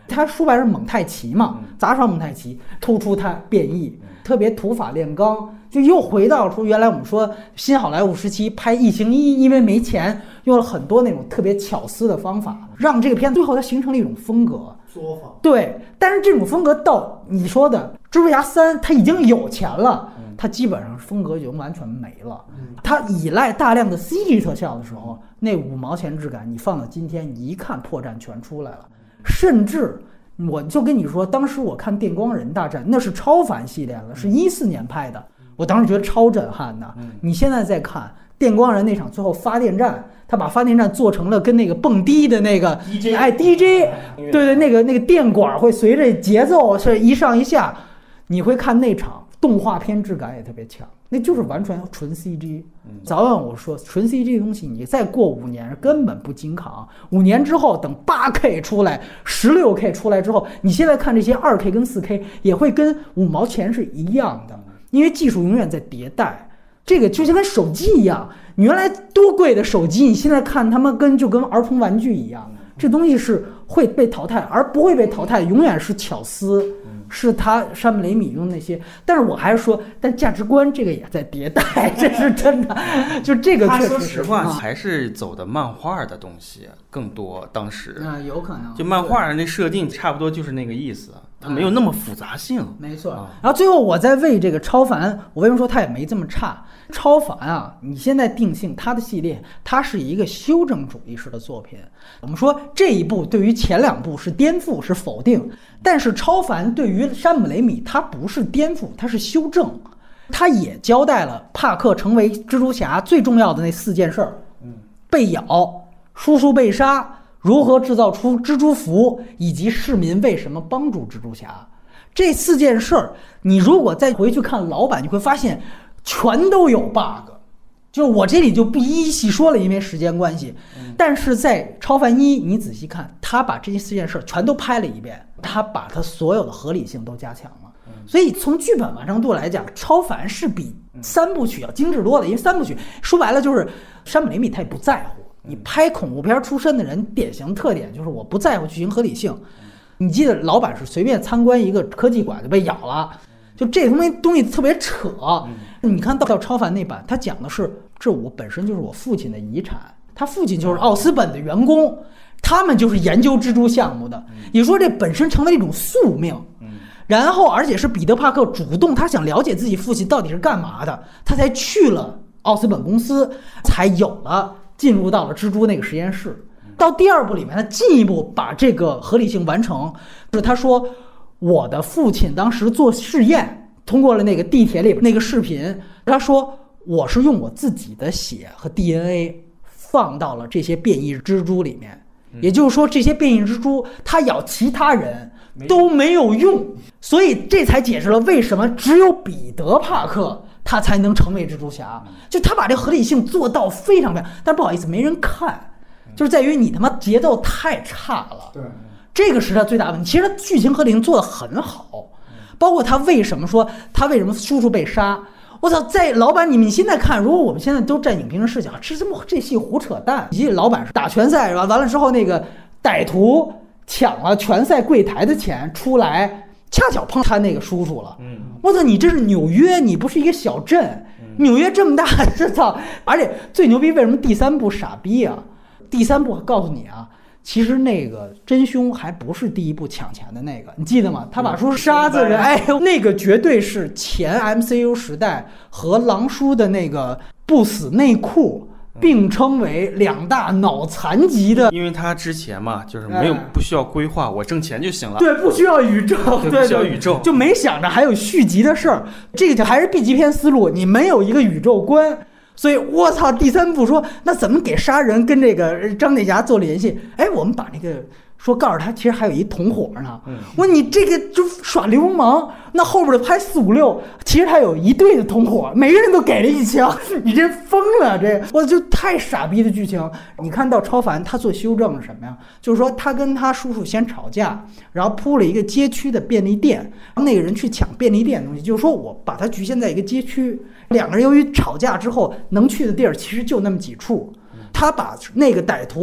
他说白了是蒙太奇嘛，杂耍蒙太奇，突出他变异，特别土法炼钢，就又回到说原来我们说新好莱坞时期拍异形一，因为没钱，用了很多那种特别巧思的方法，让这个片子最后它形成了一种风格。 作坊对，但是这种风格到你说的蜘蛛侠三，他已经有钱了。它基本上风格就完全没了，它依赖大量的 C G 特效的时候，那五毛钱质感，你放到今天一看破绽全出来了。甚至我就跟你说，当时我看电光人大战，那是超凡系列了，是一四年拍的，我当时觉得超震撼的。你现在再看电光人那场最后发电站，他把发电站做成了跟那个蹦迪的那个 D J 哎 D J， 对对，那个那个电管会随着节奏是一上一下，你会看那场。动画片质感也特别强，那就是完全纯 C G。早晚我说纯 C G 的东西，你再过五年根本不经扛。五年之后，等 八 K 出来、十六 K 出来之后，你现在看这些 二 K 跟 四 K 也会跟五毛钱是一样的，因为技术永远在迭代。这个就像跟手机一样，你原来多贵的手机，你现在看他们跟就跟儿童玩具一样，这东西是会被淘汰，而不会被淘汰，永远是巧思。是他山姆雷米用那些，但是我还是说，但价值观这个也在迭代，这是真的。就这个确实， 说实话，还是走的漫画的东西更多。当时啊，有可能就漫画那设定差不多就是那个意思，它没有那么复杂性。 没错。然后最后我再为这个超凡，我为什么说它也没这么差？超凡啊，你现在定性它的系列，它是一个修正主义式的作品。我们说这一部对于前两部是颠覆，是否定，但是超凡对于山姆雷米，它不是颠覆，它是修正。他也交代了帕克成为蜘蛛侠最重要的那四件事儿：被咬、叔叔被杀、如何制造出蜘蛛服，以及市民为什么帮助蜘蛛侠。这四件事儿，你如果再回去看老版，你会发现全都有 bug。就是我这里就不一一细说了，因为时间关系。但是在超凡一，你仔细看，他把这四件事全都拍了一遍，他把他所有的合理性都加强了。所以从剧本完成度来讲，超凡是比三部曲要精致多的。因为三部曲说白了就是山姆雷米他也不在乎，你拍恐怖片出身的人典型特点就是我不在乎剧情合理性。你记得老版是随便参观一个科技馆就被咬了，就这东西东西特别扯。你看到超凡那版，他讲的是这我本身就是我父亲的遗产，他父亲就是奥斯本的员工，他们就是研究蜘蛛项目的，也说这本身成为一种宿命。然后而且是彼得帕克主动，他想了解自己父亲到底是干嘛的，他才去了奥斯本公司，才有了进入到了蜘蛛那个实验室。到第二部里面，他进一步把这个合理性完成，就是他说我的父亲当时做试验，通过了那个地铁里那个视频，他说我是用我自己的血和 D N A 放到了这些变异蜘蛛里面，也就是说这些变异蜘蛛它咬其他人都没有用，所以这才解释了为什么只有彼得帕克他才能成为蜘蛛侠，就他把这合理性做到非常非常，但不好意思没人看，就是在于你他妈节奏太差了。 对， 这个是他最大的问题。其实他剧情合理性做得很好，包括他为什么说他为什么叔叔被杀。我操，在老板你们现在看，如果我们现在都站影评人视角，这他妈这戏胡扯淡。以及老板是打拳赛是吧？完了之后那个歹徒抢了拳赛柜台的钱出来，恰巧碰他那个叔叔了。嗯，我操，你这是纽约，你不是一个小镇。纽约这么大，这操！而且最牛逼，为什么第三部傻逼啊？第三部告诉你啊，其实那个真凶还不是第一部抢钱的那个，你记得吗？他把叔杀子人，哎，那个绝对是前 M C U 时代和狼叔的那个不死内裤并称为两大脑残疾的， 因为他之前嘛，就是没有不需要规划，我挣钱就行了。 对，不需要宇宙，对， 不需要宇宙， 就没想着还有续集的事儿。这个就还是 B 级片思路，你没有一个宇宙观。所以我操，第三部说那怎么给杀人跟这个张铁侠做联系？哎，我们把那个说告诉他，其实还有一同伙呢。我说你这个就耍流氓，那后边的拍四五六，其实他有一队的同伙，每个人都给了一枪，你这疯了！这我就太傻逼的剧情。你看到超凡他做修正是什么呀？就是说他跟他叔叔先吵架，然后铺了一个街区的便利店，那个人去抢便利店的东西，就是说我把他局限在一个街区。两个人由于吵架之后能去的地儿其实就那么几处，他把那个歹徒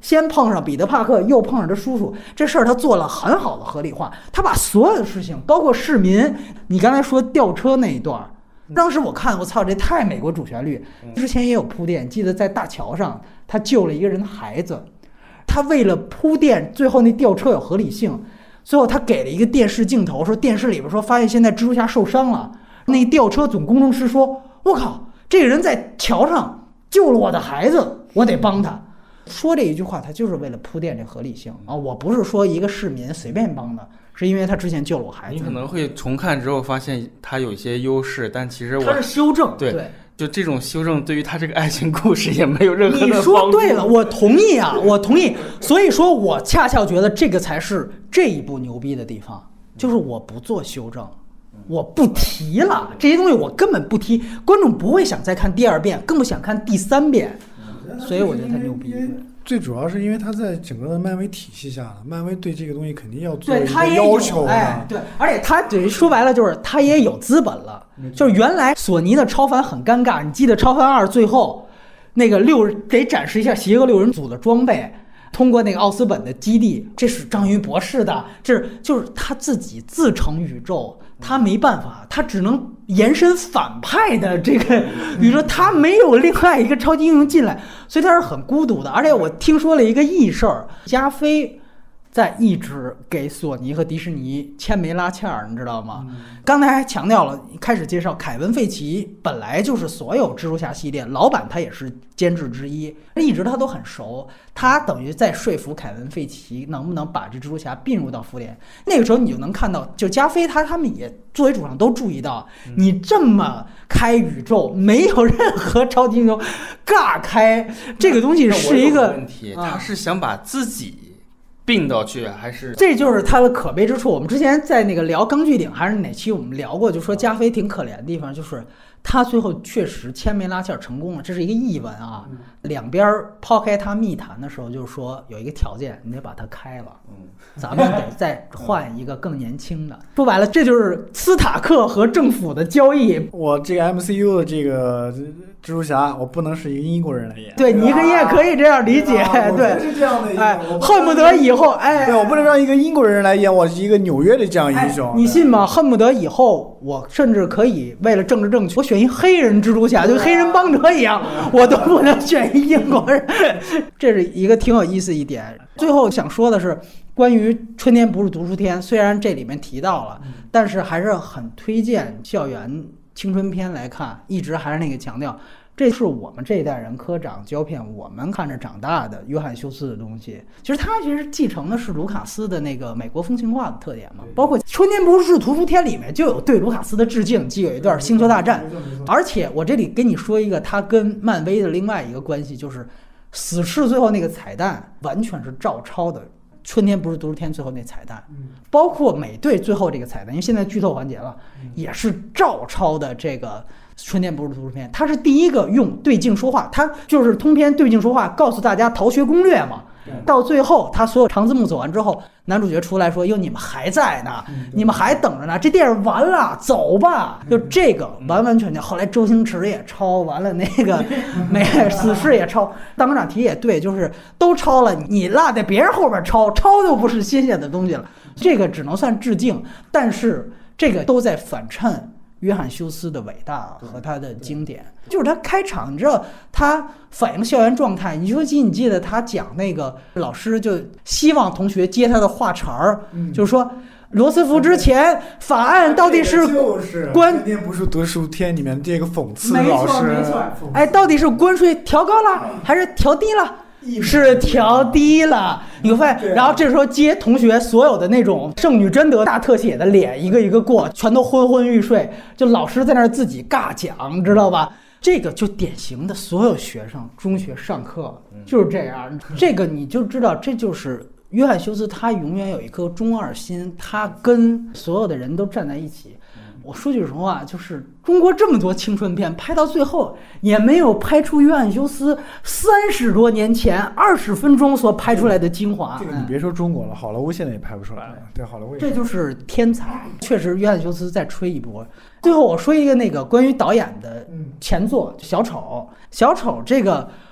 先碰上彼得·帕克，又碰上他叔叔，这事儿他做了很好的合理化。他把所有的事情，包括市民，你刚才说吊车那一段，当时我看，我操，这太美国主旋律。之前也有铺垫，记得在大桥上，他救了一个人的孩子，他为了铺垫最后那吊车有合理性，最后他给了一个电视镜头，说电视里边说发现现在蜘蛛侠受伤了，那吊车总工程师说，我靠，这个人在桥上救了我的孩子，我得帮他。说这一句话，他就是为了铺垫这合理性啊！我不是说一个市民随便帮的，是因为他之前救了我孩子。 你可能会重看之后发现他有一些优势，但其实我他是修正， 对。 对就这种修正对于他这个爱情故事也没有任何的帮助。 你说对了，我同意啊，我同意。所以说我恰恰觉得这个才是这一部牛逼的地方，就是我不做修正，我不提了这些东西，我根本不提，观众不会想再看第二遍，更不想看第三遍。所以我觉得他牛逼。 最主要是因为他在整个的漫威体系下了，漫威对这个东西肯定要做一个对他也要求的。 哎，对，而且他等于说白了就是他也有资本了。就是原来索尼的超凡很尴尬，你记得超凡二最后那个六人得展示一下邪恶六人组的装备，通过那个奥斯本的基地，这是章鱼博士的，这是就是他自己自成宇宙，他没办法，他只能延伸反派的这个宇宙，他没有另外一个超级英雄进来，所以他是很孤独的。而且我听说了一个异事儿，加菲在一直给索尼和迪士尼牵没拉欠儿，你知道吗？嗯、刚才还强调了，开始介绍凯文·费奇本来就是所有蜘蛛侠系列老板，他也是监制之一，一直他都很熟，他等于在说服凯文·费奇能不能把这蜘蛛侠并入到复联。那个时候你就能看到，就加菲他他们也作为主创都注意到，嗯、你这么开宇宙，没有任何超级英雄尬开，这个东西是一个问题，他是想把自己并到去还是？ 这就是他的可悲之处。我们之前在那个聊钢锯岭还是哪期我们聊过，就说加菲挺可怜的地方，就是他最后确实牵没拉线成功了，这是一个译文啊。嗯、两边抛开他密谈的时候，就是说有一个条件，你得把他开了，嗯、咱们得再换一个更年轻的。说白了，这就是斯塔克和政府的交易。 我这个 M C U 的这个蜘蛛侠，我不能是一个英国人来演。 对，你你也可以这样理解，对， 是这样的一个， 哎，恨不得以后，哎， 对，我不能让一个英国人来演我是一个纽约的这样英雄。 哎、你信吗？恨不得以后我甚至可以为了政治正确，我选一黑人蜘蛛侠，就黑人帮者一样，我都不能选一英国人。这是一个挺有意思一点。最后想说的是，关于春天不是读书天，虽然这里面提到了，但是还是很推荐校园青春片来看，一直还是那个强调，这是我们这一代人科长胶片我们看着长大的约翰休斯的东西。其实他其实继承的是卢卡斯的那个美国风情画的特点嘛，包括春天不是图书天里面就有对卢卡斯的致敬，既有一段星球大战，而且我这里跟你说一个他跟漫威的另外一个关系，就是死侍最后那个彩蛋完全是照抄的春天不是读书天最后那彩蛋，包括美队最后这个彩蛋，因为现在剧透环节了，也是照抄的这个春天不是读书天。他是第一个用对镜说话，他就是通篇对镜说话告诉大家逃学攻略嘛。到最后他所有长字幕走完之后，男主角出来说，哟，你们还在呢，你们还等着呢，这电影完了，走吧。就这个完完全全，后来周星驰也抄完了，那个没死侍也抄，当科长提也对，就是都抄了，你落在别人后边抄，抄就不是新鲜的东西了。这个只能算致敬，但是这个都在反衬约翰休斯的伟大和他的经典。就是他开场，你知道他反映校园状态，你说记你记得他讲那个老师就希望同学接他的话茬儿，嗯、就是说罗斯福之前法案到底是关今天不是读书天里面这个讽刺老师， 没错没错，哎，到底是关税调高了还是调低了？是调低了，你会发现，然后这时候接同学所有的那种圣女贞德大特写的脸一个一个过，全都昏昏欲睡，就老师在那儿自己尬讲，知道吧？这个就典型的所有学生中学上课就是这样，这个你就知道，这就是约翰休斯，他永远有一颗中二心，他跟所有的人都站在一起。我说句实话，就是中国这么多青春片拍到最后，也没有拍出约翰休斯三十多年前二十分钟所拍出来的精华。 这个你别说中国了，好莱坞现在也拍不出来了。对，好莱坞这就是天才，确实约翰休斯再吹一波。最后我说一个那个关于导演的前作《小丑》，小丑这个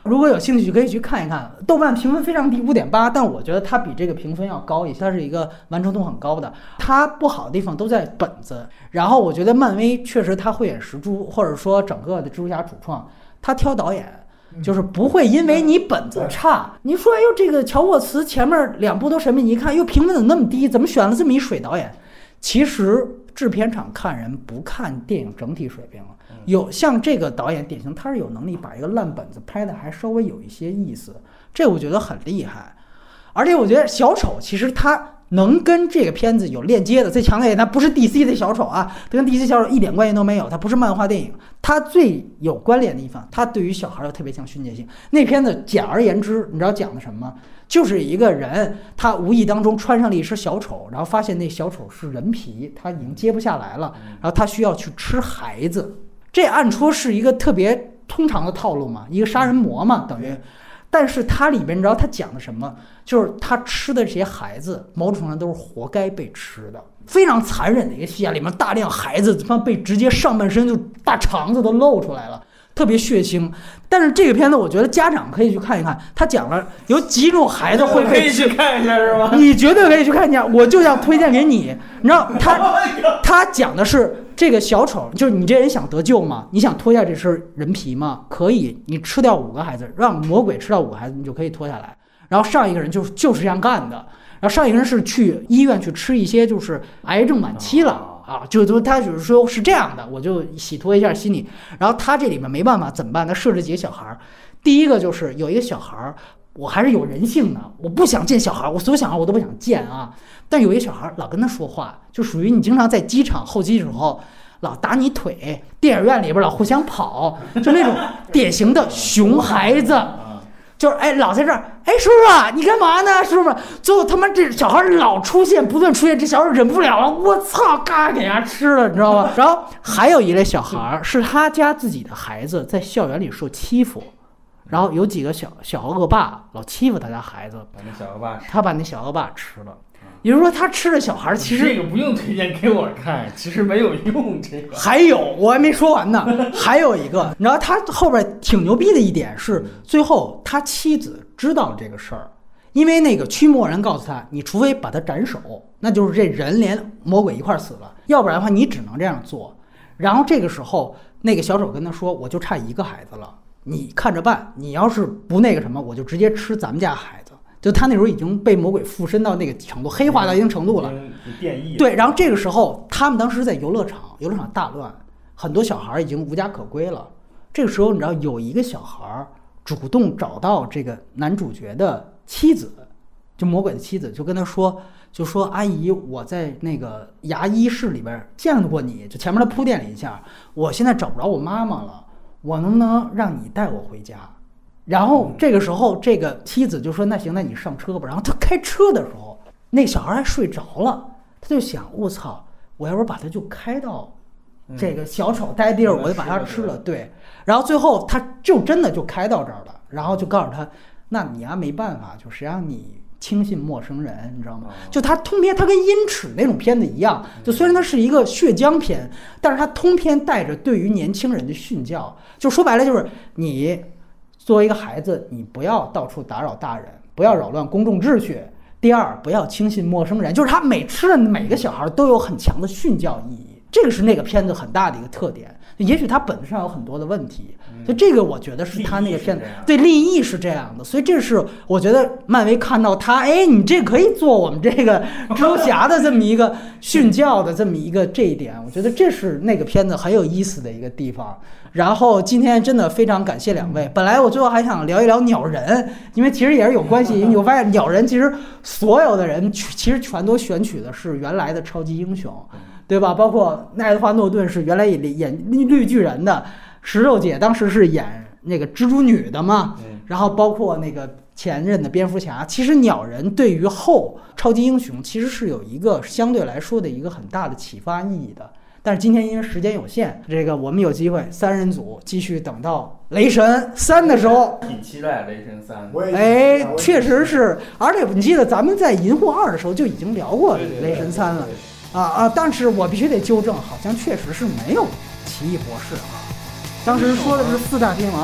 如果有兴趣可以去看一看。豆瓣评分非常低，五点八，但我觉得它比这个评分要高一些，它是一个完成度很高的。它不好的地方都在本子，然后我觉得漫威确实它慧眼识珠，或者说整个的蜘蛛侠主创，他挑导演。就是不会因为你本子差，你说哎呦这个乔沃茨前面两部都神秘，你一看哟评分怎么那么低，怎么选了这么一水导演？其实制片厂看人不看电影整体水平，有像这个导演典型，他是有能力把一个烂本子拍的还稍微有一些意思，这我觉得很厉害。而且我觉得小丑其实他能跟这个片子有链接的，最强烈，它不是 D C 的小丑啊，它跟 D C 小丑一点关系都没有，它不是漫画电影。它最有关联的地方，它对于小孩有特别强训诫性。那片子简而言之，你知道讲的什么吗？就是一个人他无意当中穿上了一身小丑，然后发现那小丑是人皮，他已经揭不下来了，然后他需要去吃孩子。这按说是一个特别通常的套路嘛，一个杀人魔嘛，等于。但是它里边你知道他讲的什么？就是他吃的这些孩子，某种程度上都是活该被吃的，非常残忍的一个戏啊！里面大量孩子他妈被直接上半身就大肠子都露出来了，特别血腥。但是这个片子我觉得家长可以去看一看，他讲了有几种孩子会被吃，可以去看一下是吗？ 你绝对可以去看一下，我就想推荐给你。你知道他他讲的是这个小丑，就是你这人想得救吗？你想脱下这身人皮吗？可以，你吃掉五个孩子，让魔鬼吃掉五个孩子，你就可以脱下来。然后上一个人就是就是这样干的，然后上一个人是去医院去吃一些就是癌症晚期了啊，就就他就是说是这样的，我就洗脱一下心理。然后他这里面没办法怎么办？他设置几个小孩，第一个就是有一个小孩，我还是有人性的，我不想见小孩，我所有小孩我都不想见啊。但有一个小孩老跟他说话，就属于你经常在机场候机的时候老打你腿，电影院里边老互相跑，就那种典型的熊孩子，就是哎老在这儿，哎叔叔啊你干嘛呢叔叔？最后他妈这小孩老出现，不断出现，这小孩忍不了了，我操，嘎给人家吃了，你知道吗？然后还有一类小孩是他家自己的孩子在校园里受欺负。然后有几个小小恶霸老欺负他家孩子， 把那小恶霸吃， 他把那小恶霸吃了。也就是说，他吃的小孩其实这个不用推荐给我看，其实没有用。这个还有我还没说完呢，还有一个，然后他后边挺牛逼的一点是，最后他妻子知道了这个事儿，因为那个驱魔人告诉他，你除非把他斩首，那就是这人连魔鬼一块死了，要不然的话你只能这样做。然后这个时候，那个小丑跟他说，我就差一个孩子了。你看着办，你要是不那个什么，我就直接吃咱们家孩子。就他那时候已经被魔鬼附身到那个程度，黑化到一定程度了。对，然后这个时候他们当时在游乐场，游乐场大乱，很多小孩已经无家可归了。这个时候你知道有一个小孩主动找到这个男主角的妻子，就魔鬼的妻子，就跟他说，就说阿姨，我在那个牙医室里边见过你，就前面他铺垫了一下，我现在找不着我妈妈了。我能不能让你带我回家？然后这个时候，这个妻子就说：“那行，那你上车吧。”然后他开车的时候，那小孩还睡着了，他就想：“我操，我要不把他就开到这个小丑待地儿，我就把他吃了。”对。然后最后他就真的就开到这儿了，然后就告诉他：“那你啊没办法，就谁让你轻信陌生人，你知道吗？”就他通篇，他跟《阴尺》那种片子一样，就虽然它是一个血浆片，但是他通篇带着对于年轻人的训教。就说白了，就是你作为一个孩子，你不要到处打扰大人，不要扰乱公众秩序。第二，不要轻信陌生人。就是他每吃的每个小孩都有很强的训教意义，这个是那个片子很大的一个特点。也许它本质上有很多的问题，所以这个我觉得是他那个片子对立意是这样的。所以这是我觉得漫威看到他，哎，你这可以做我们这个蜘蛛侠的这么一个训教的这么一个这一点，我觉得这是那个片子很有意思的一个地方。然后今天真的非常感谢两位。本来我最后还想聊一聊鸟人，因为其实也是有关系。你会发现鸟人其实所有的人其实全都选取的是原来的超级英雄，对吧？包括爱德华诺顿是原来演绿巨人的，石榴姐当时是演那个蜘蛛女的嘛，然后包括那个前任的蝙蝠侠。其实鸟人对于后超级英雄其实是有一个相对来说的一个很大的启发意义的。但是今天因为时间有限，这个我们有机会三人组继续等到雷神三的时候， 挺期待雷神三。 哎，确实是，而且你记得咱们在银护二的时候就已经聊过雷神三了，啊啊！但是我必须得纠正，好像确实是没有奇异博士啊，当时说的是四大天王。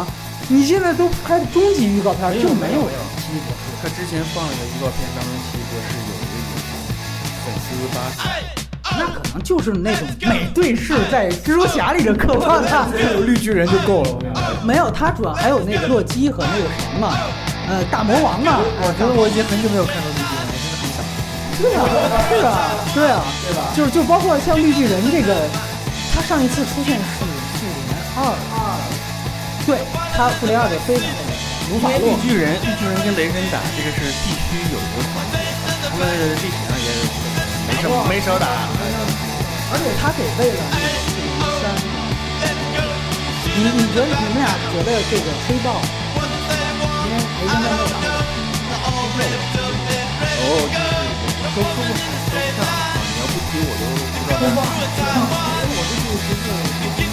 你现在都拍终极预告片就没有奇异博士。 他之前放了个预告片，当中奇异博士有这种粉丝巴士， 那可能就是那种美队士在蜘蛛侠里的刻画的， 有绿巨人就够了。 没有，他主要还有那个洛基和那个谁嘛，呃，大魔王嘛。 我觉得我已经很久没有看到绿巨人了，真的很想。 对啊，是啊，对啊，对吧？就是就包括像绿巨人这个，他上一次出现是复联二二，对他复联二的非常如法绿洛。 巨人，绿巨人跟雷神打，这个是必须有一个环节，他们历史上也没少没少打。 而且他给喂了那个复联三。你你觉得你们俩觉得这个黑豹，因为雷神三没有打过， 哦，就是说说不说不上，你要不提我都不知道。 黑豹，我这就是